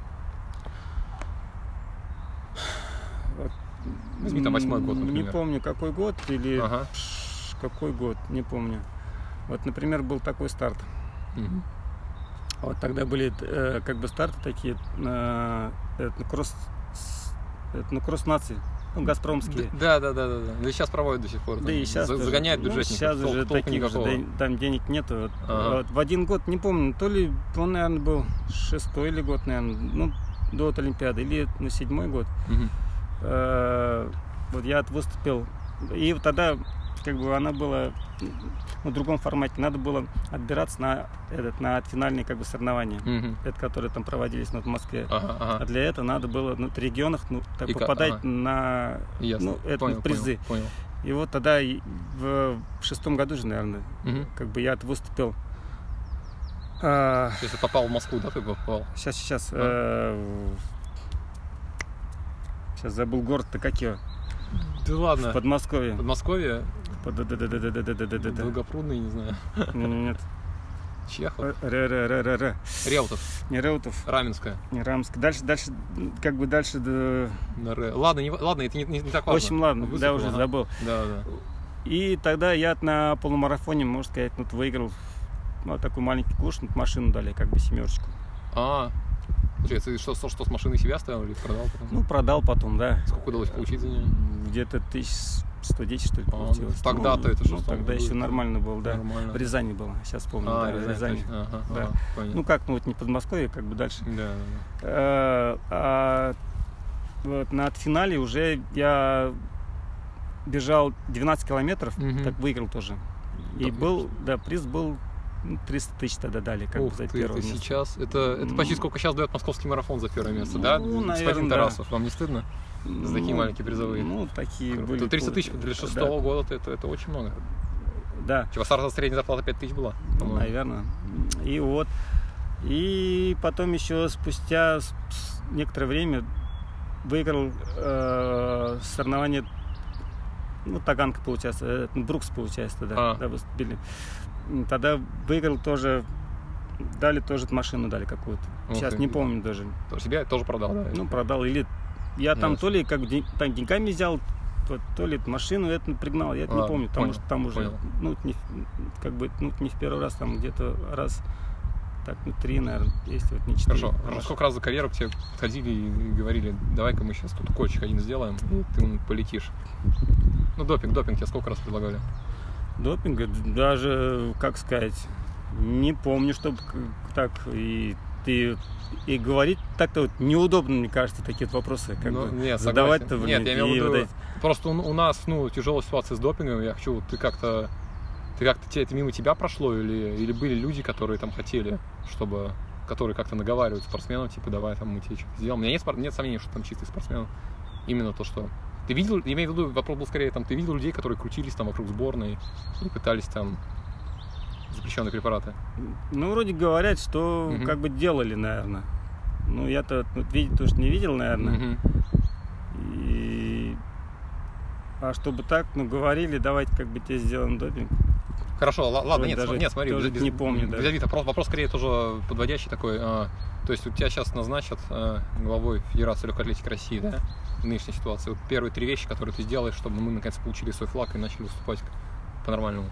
Возьми там 8-й год, например. Не помню, какой год или какой год, не помню. Вот, например, был такой старт. Вот тогда были как бы старты такие, кросс нации, газпромские. Да. Да и сейчас проводят до сих пор. Да и сейчас загоняют бюджетников. Сейчас уже таких же, там денег нету. Вот в один год, не помню, то ли он, наверное, был 6-й или год, наверное, ну, до Олимпиады, или на 7-й год. Вот я выступил, и тогда как бы она была на другом формате, надо было отбираться на финальные как бы соревнования, которые там проводились в Москве. А для этого надо было в регионах попадать на призы. Понял. И вот тогда в 6-м году же, наверное, как бы я выступил. Если попал в Москву, да, ты попал? Сейчас. Сейчас забыл город-то, как его? Да ладно. В Подмосковье. Подмосковье? Да. Долгопрудный, не знаю. Нет. Чехов? Реутов. Не Реутов. Раменская. Не Раменская. Дальше, как бы дальше... Ладно, это не так важно. В общем, ладно, да, уже забыл. Да. И тогда я на полумарафоне, можно сказать, выиграл такой маленький куш, машину дали, как бы 7-очку. Получается, что с машиной себя оставил или продал потом? Ну, продал потом, да. Сколько удалось получить за нее? Где-то 1110, что ли, получилось. Тогда-то это что? Тогда еще нормально было, да. Нормально. В Рязани было, сейчас помню. В Рязани. Да. Ну как, вот не Подмосковье, как бы дальше. Да. Вот на финале уже я бежал 12 километров, так выиграл тоже. И был, да, приз был 300 тысяч тогда дали, как бы за первое место. Сейчас это почти сколько сейчас дает московский марафон за первое место, да? Господин Тарасов, вам не стыдно? За такие маленькие призовые. Ну, такие были. 300 тысяч для 6-го года это очень много. Да. Средняя зарплата 5 тысяч была? Наверное. И вот. И потом еще спустя некоторое время выиграл соревнование, Таганка, получается, Брукс, получается, тогда выступили. Тогда выиграл тоже, дали тоже машину, дали какую-то. Сейчас не помню даже. Себя тоже продал, да? Продал. Или я там то ли как деньгами взял, то ли машину пригнал, я не помню, потому что там уже, не в первый раз, там где-то раз, 3, наверное, есть, не 4. Хорошо. Сколько раз за карьеру к тебе подходили и говорили, давай-ка мы сейчас тут кольчик один сделаем, и ты полетишь. Допинг тебе сколько раз предлагали? Допинга даже, как сказать, не помню, чтобы так и говорить так-то неудобно, мне кажется, такие вопросы, задавать-то. Нет, я имел в виду, просто у нас, тяжелая ситуация с допингом, я хочу, это мимо тебя прошло, или были люди, которые там хотели, которые как-то наговаривают спортсменов, давай там мы тебе что-то сделаем. У меня нет сомнений, что там чистый спортсмен. Именно то, что... Ты видел, имею в виду, вопрос был скорее, ты видел людей, которые крутились там вокруг сборной и пытались там запрещенные препараты? Вроде говорят, что как бы делали, наверное. Я-то видеть тоже не видел, наверное. А чтобы так, говорили, давайте как бы тебе сделаем допинг. Хорошо, ладно, нет, смотри, не помню, да. Вопрос скорее тоже подводящий такой. То есть у тебя сейчас назначат главой Федерации легкой атлетики России, да, в нынешней ситуации. Первые 3 вещи, которые ты сделаешь, чтобы мы наконец получили свой флаг и начали выступать по-нормальному.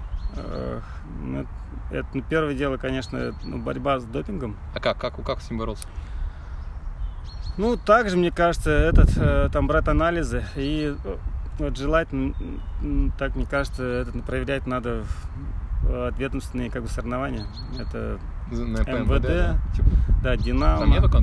Это первое дело, конечно, борьба с допингом. А как с ним бороться? Также, мне кажется, там брать анализы и желательно, так мне кажется, проверять надо ведомственные соревнования. Это МВД, да, Динамо. Там нету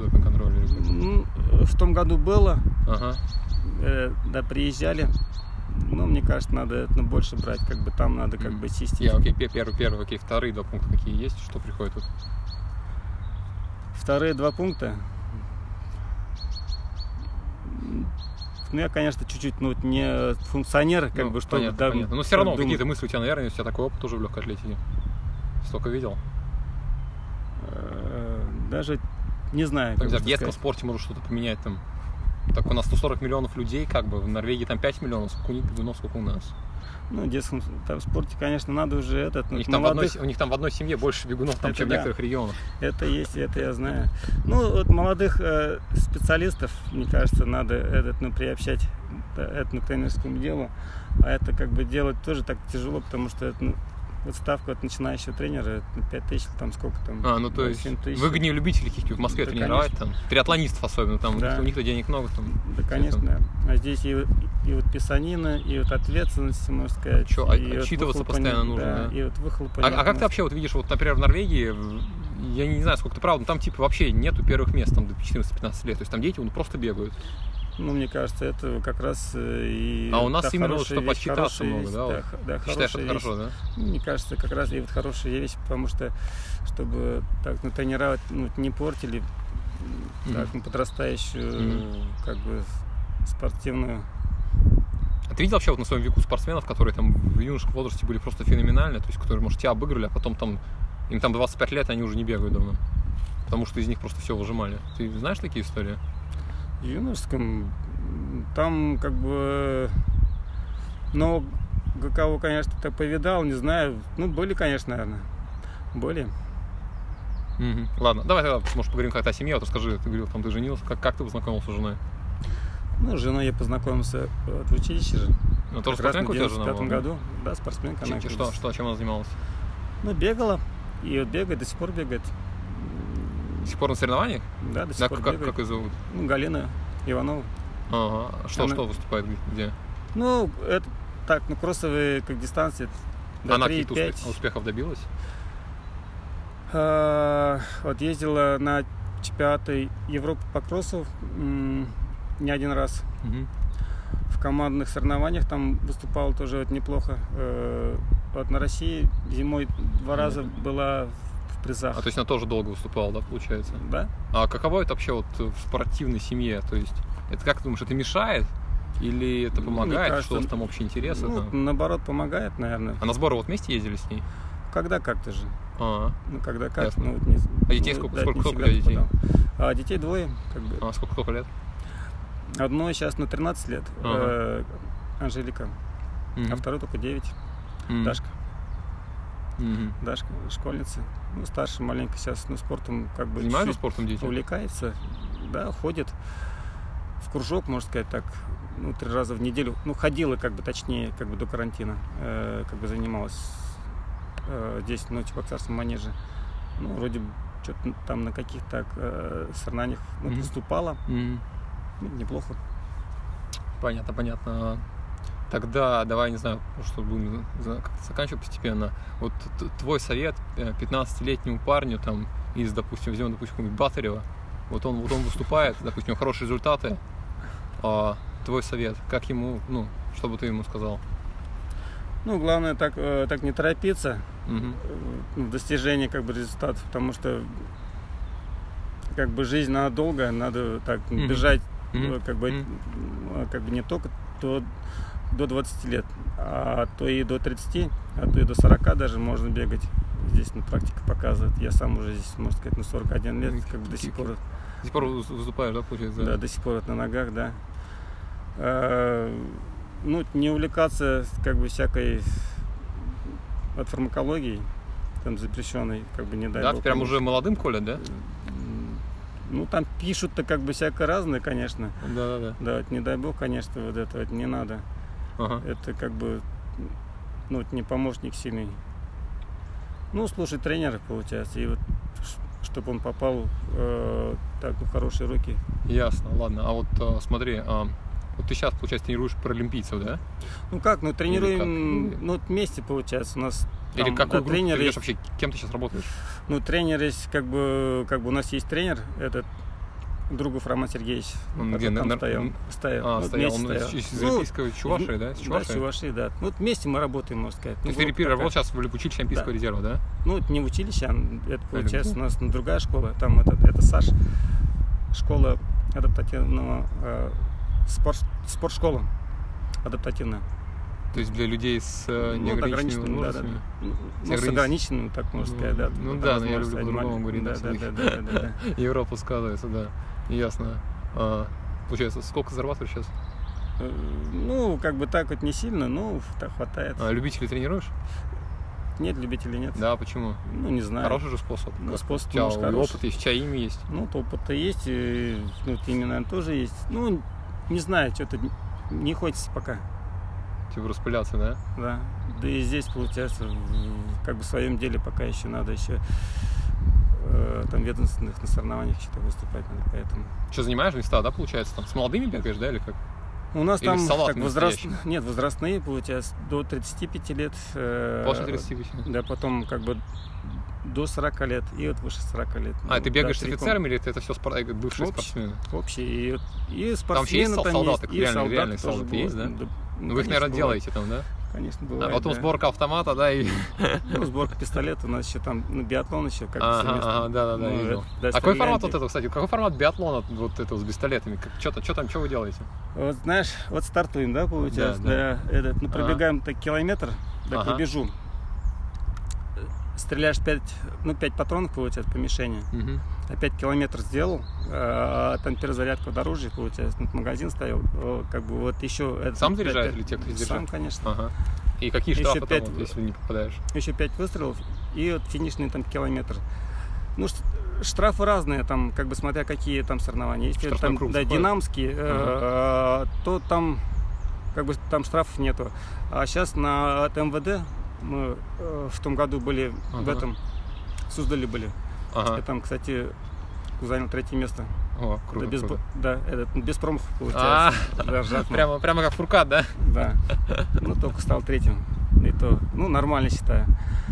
допинг-контроля? В том году было, да, приезжали, Ну, мне кажется, надо больше брать, как бы там надо как бы систить. Окей, первый, окей, вторые 2 пункта какие есть, что приходит тут? Вторые 2 пункта. Ну, я, конечно, чуть-чуть, не функционер, как бы, чтобы... Понятно. Но все равно какие-то мысли у тебя, наверное, у тебя такой опыт уже в легкой атлетике. Столько видел. Даже не знаю. В детском спорте может что-то поменять там. Так у нас 140 миллионов людей, как бы, в Норвегии там 5 миллионов, сколько у них бегунов, сколько у нас. Ну, в детском спорте, конечно, надо уже у них там в одной семье больше бегунов, там, чем в некоторых регионах. Это есть, это я знаю. Ну, вот молодых специалистов, мне кажется, надо приобщать к тренерскому делу. А это как бы делать тоже так тяжело, потому что вот ставка от начинающего тренера 5000, там сколько там? То есть выгоднее любителей в Москве тренировать, там, триатлонистов особенно, там, у них-то денег много. Там, да, конечно. А здесь и вот писанина, и вот ответственность, можно сказать. Отчитываться постоянно нужно, да? И вот выхлопа. А как ты вообще вот видишь, вот, например, в Норвегии, я не знаю, сколько ты правда, но там типа вообще нету первых мест там до 14-15 лет, то есть там дети просто бегают. Ну, мне кажется, это как раз и... А у нас именно вот, чтобы отчитаться много, да? Да, считаешь, это хорошо, да? Мне кажется, как раз и вот хорошая вещь, потому что, чтобы так, тренировать, не портили так, подрастающую, как бы, спортивную... А ты видел вообще вот на своем веку спортсменов, которые там в юношеском возрасте были просто феноменальны, то есть, которые, может, тебя обыграли, а потом там, им там 25 лет, они уже не бегают давно, потому что из них просто все выжимали. Ты знаешь такие истории? В юношеском там как бы, но кого, конечно, так повидал, не знаю. Ну, были, конечно, наверное. Были. Ладно, давай тогда, может, поговорим как-то о семье. Вот расскажи, ты говорил, там ты женился. Как ты познакомился с женой? Ну, с женой я познакомился в училище же. Ну, тоже спортсменка у тебя жена была? В 95 году. Да, спортсменка. Чем она занималась? Ну, бегала. И вот бегает, до сих пор бегает. До сих пор на соревнованиях? Да, до сих пор бегает. Как ее зовут? Ну, Галина Иванова. Ага. Что выступает где? Ну, это так, кроссовые как дистанции. Она каких-то успехов добилась? Вот ездила на чемпионаты Европы по кроссу не один раз. В командных соревнованиях там выступала тоже вот неплохо. Вот на России зимой 2 раза была в призах. То есть она тоже долго выступала, да, получается? Да. А каково это вообще вот в спортивной семье? То есть это, как ты думаешь, это мешает? Или это помогает? Кажется, что у вас там общий интерес? Наоборот, помогает, наверное. А на сборы вот вместе ездили с ней? Когда как-то же. Ну, когда как. А детей сколько у тебя детей? Детей 2, как бы. Сколько лет? Одной сейчас 13 лет, Анжелика, а второй только 9, Дашка. Дашка, школьница. Ну, старше маленько сейчас, спортом как бы занимается спортом дети? Увлекается, да, ходит в кружок, можно сказать так, 3 раза в неделю. Ходила, как бы, точнее, как бы до карантина, как бы занималась здесь, в Чебоксарском манеже. Вроде что-то там на каких-то соревнованиях выступала. Неплохо. Понятно. Тогда давай, не знаю, что будем заканчивать постепенно. Вот твой совет 15-летнему парню там из, допустим, возьмем, какого-нибудь Батарева, вот он выступает, допустим, у него хорошие результаты, твой совет, как ему, что бы ты ему сказал? Главное так не торопиться в достижении как бы результатов, потому что как бы жизнь она долгая, надо так бежать как бы не только до 20 лет, а то и до 30, а то и до 40 даже можно бегать. Здесь практика показывает. Я сам уже здесь, можно сказать, 41 лет, как бы до сих пор. До сих пор выступаешь, да, получается? Да, до сих пор на ногах, да. Не увлекаться как бы всякой от фармакологии, там запрещенной, как бы не дай бог. Да, прям уже молодым колят, да? Там пишут-то как бы всякое разное, конечно. Да. Да, не дай бог, конечно, вот это вот не надо. Это как бы, не помощник сильный. Слушай тренера, получается, и вот, чтобы он попал в хорошие руки. Ясно, ладно. А вот смотри, вот ты сейчас, получается, тренируешь паралимпийцев, да? Тренируем, вместе, получается, у нас. Или какой группу ты ведешь вообще? Кем ты сейчас работаешь? Тренер есть, как бы у нас есть тренер, этот Другов Роман Сергеевич. Он где? Там стоял. Стоял. Он из Олимпийского Чувашии, да? Да, Чувашии, да. Ну, вместе мы работаем, можно сказать. То есть ты работал сейчас в училище Олимпийского резерва, да? Ну, это не в училище, это получается у нас другая школа. Там это САШ, школа адаптативного, спортшкола адаптативная. То есть для людей с неограниченными возрастами? Да. С ограниченными, так можно сказать, да. Ну да, но я люблю по-другому говорить. Да. Европа сказывается, да. Ясно. Получается, сколько зарабатываешь сейчас? Ну, как бы так вот не сильно, но так хватает. А любителей тренируешь? Нет, любителей нет. Да, почему? Ну, не знаю. Хороший же способ. Ну, способ опыт есть, у тебя имя есть. Ну, опыт-то есть, имя, наверное, тоже есть. Ну, не знаю, что-то не хочется пока. Типа распыляться, да? Да. Да и здесь, получается, как бы в своем деле пока еще надо еще там ведомственных на соревнованиях что-то выступать надо, поэтому. Что, занимаешь места, да, получается? Там с молодыми бегаешь, да, или как? У нас или там как возрастные, получается, до 35 лет. После 35? Да, потом как бы до 40 лет и вот выше 40 лет. А, ты бегаешь с офицерами или это все бывшие спортсмены? Общие. И спортсмены там вообще есть солдаты, и реальные солдаты есть, да? Ну, вы их, наверное, делаете там, да? Конечно, бывает. А потом сборка автомата, да, и... Ну, сборка пистолета, у нас еще там, биатлон еще как бы совместно. Да, видел. А какой формат вот этого, кстати, какой формат биатлона вот этого с пистолетами? Что вы делаете? Вот, знаешь, вот стартуем, да, получается, да. Пробегаем так километр, да, пробежу. Стреляешь 5 патронов, получается, по мишени. А 5 километров сделал, там перезарядка в оружии, получается, магазин стоял, как бы вот еще... Сам заряжаешь или те, кто заряжает? Сам, конечно. Ага. И какие штрафы там, если не попадаешь? Еще 5 выстрелов и вот финишный там километр. Ну, штрафы разные, там, как бы смотря какие там соревнования. Если там, динамские, то там, как бы, там штрафов нету. А сейчас на МВД мы в том году были, в этом, в Суздале были. Я там, кстати, занял 3-е место. О, круто. Да, без промахов получается. Прямо как Фуркат, да? Да. Ну, только стал 3-м. И то, нормально считаю.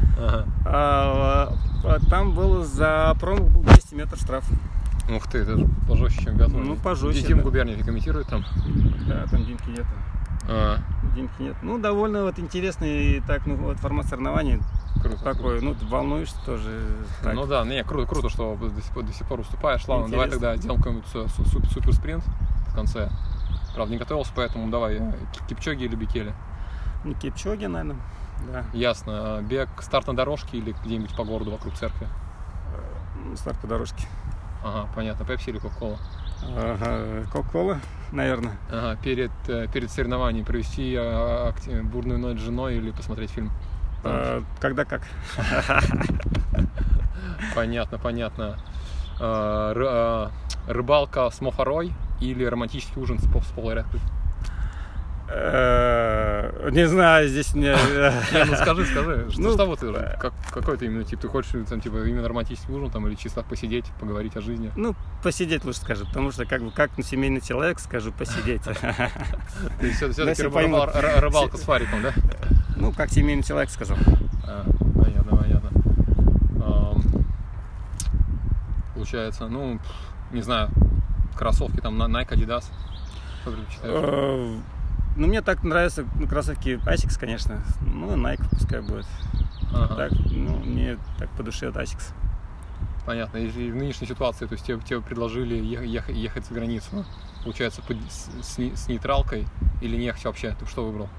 Там был за промах 200 метров штраф. Ух ты, это же пожестче, чем биатлон. Ну, пожестче. Дим Губерниев комментирует там? Да, там Димки нет. Димки нет. Ну, довольно вот интересный формат соревнований. Круто. Такой, волнуешься тоже. Так. Ну да, круто, что до сих пор уступаешь. Ладно, давай тогда сделаем какой-нибудь супер спринт в конце. Правда, не готовился, поэтому давай Кипчоги или Бекеле? Кипчоги, наверное, да. Ясно. Бег, старт на дорожке или где-нибудь по городу вокруг церкви? Старт по дорожке. Ага, понятно. Пепси или Кока-кола? Кока-кола, наверное. Ага, перед соревнованием провести бурную ночь с женой или посмотреть фильм? Когда как. Понятно. Рыбалка с Мохорой или романтический ужин с Полой Рэдклифф? Не знаю, здесь не... Ну скажи, что вот какой ты именно тип? Ты хочешь там типа именно романтический ужин там или чисто посидеть, поговорить о жизни? Ну, посидеть лучше скажу, потому что как семейный человек скажу посидеть. Ты все-таки рыбалка с Фариком, да? Ну, как семейный человек сказал. Понятно. Получается, не знаю, кроссовки там Nike, Adidas. Что предпочитаешь? Ну, мне так нравятся кроссовки Asics, конечно. Ну, Nike пускай будет. Так, мне так по душе от Asics. Понятно. И в нынешней ситуации, то есть тебе предложили ехать за границу. Получается, с нейтралкой или не ехать вообще? Ты что выбрал?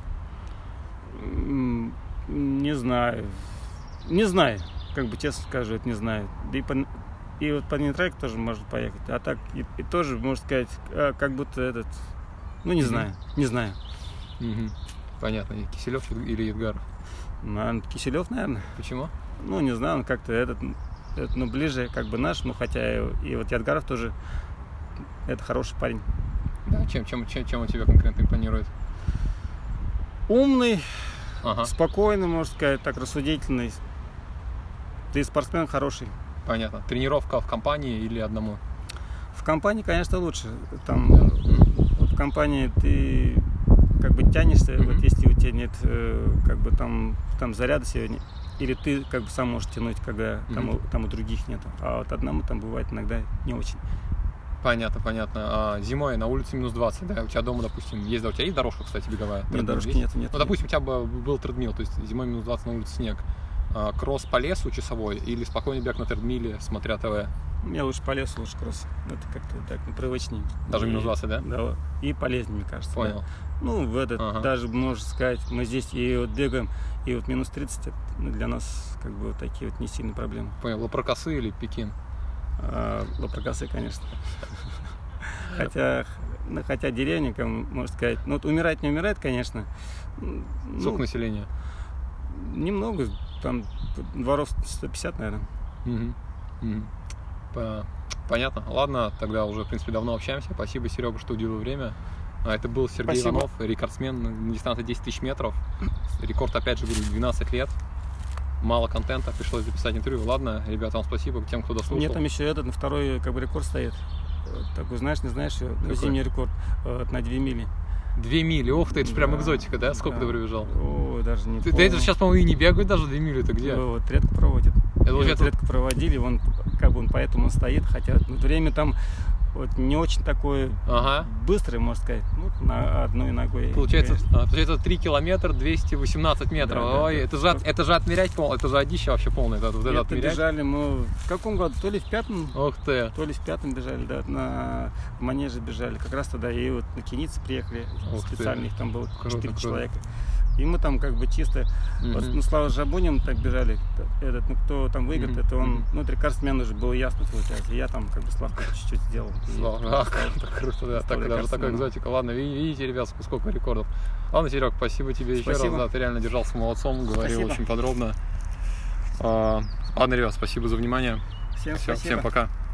Не знаю. Как бы честно скажу, это не знаю. И вот по нейтралке тоже можно поехать. А так и тоже, можно сказать, как будто не знаю. Понятно. Киселев или Едгаров? Киселев, наверное. Почему? Ну, не знаю, он как-то ближе, как бы наш, хотя и вот Едгаров тоже это хороший парень. Да, чем он тебе конкретно импонирует? Умный, спокойный, можно сказать, так рассудительный. Ты спортсмен хороший. Понятно. Тренировка в компании или одному? В компании, конечно, лучше. Там в компании ты как бы тянешься, вот если у тебя нет как бы там заряда сегодня, или ты как бы сам можешь тянуть, когда там у других нету. А вот одному там бывает иногда не очень. Понятно. А зимой на улице минус 20, да? У тебя дома, допустим, у тебя есть дорожка, кстати, беговая? Нет, дорожки нет. Ну, допустим, у тебя был тредмил, то есть зимой минус 20 на улице снег. Кросс по лесу часовой или спокойный бег на тредмиле, смотря ТВ? Мне лучше по лесу, лучше кросс. Это как-то так привычнее. Даже минус 20, да? Да, и полезнее, мне кажется. Понял. Да. Ну, в этот, даже, можно сказать, мы здесь и вот бегаем, и вот минус 30, это для нас как бы вот такие вот не сильные проблемы. Понял. Лапракасы или Пекин? Лапракасы, конечно. Хотя деревня, можно сказать, ну, вот умирать не умирает, конечно. Сколько населения? Немного, там дворов 150, наверное. Понятно. Ладно, тогда уже, в принципе, давно общаемся. Спасибо, Серега, что уделил время. Это был Сергей Иванов, рекордсмен на дистанции 10 тысяч метров. Рекорд, опять же, говорю, 12 лет. Мало контента, пришлось записать интервью. Ладно, ребята, вам спасибо, тем, кто дослушал. Мне там еще на второй как бы рекорд стоит. Такой, знаешь, не знаешь, зимний рекорд на 2 мили. 2 мили, ох ты, это же прям экзотика, да? Сколько ты пробежал? Ой, даже не помню. Да это же сейчас, по-моему, и не бегают даже 2 мили, это где? Вот, редко проводят. Редко проводили, поэтому он стоит, хотя время там вот не очень такое быстрое, можно сказать, ну, на одной ногой. Получается 3 километра 218 метров. Да, ой, это же отмерять полное, это же одище вообще полное. Это бежали мы в каком году? То ли в 5-м, ох ты. То ли в 5-м бежали, да, на манеже бежали. Как раз тогда и вот на Кенице приехали, специально их там было 4 человека. И мы там как бы чисто, ну, Слава Жабунин так бежали, кто там выиграет, это он, ну, рекордсмен уже было ясно, получается, и я там как бы Славку чуть-чуть сделал. Слава, круто, да, даже такая экзотика. Ладно, видите, ребят, сколько рекордов. Ладно, Серег, спасибо тебе еще раз, да, ты реально держался молодцом, говорил очень подробно. Ладно, ребят, спасибо за внимание. Всем спасибо. Всем пока.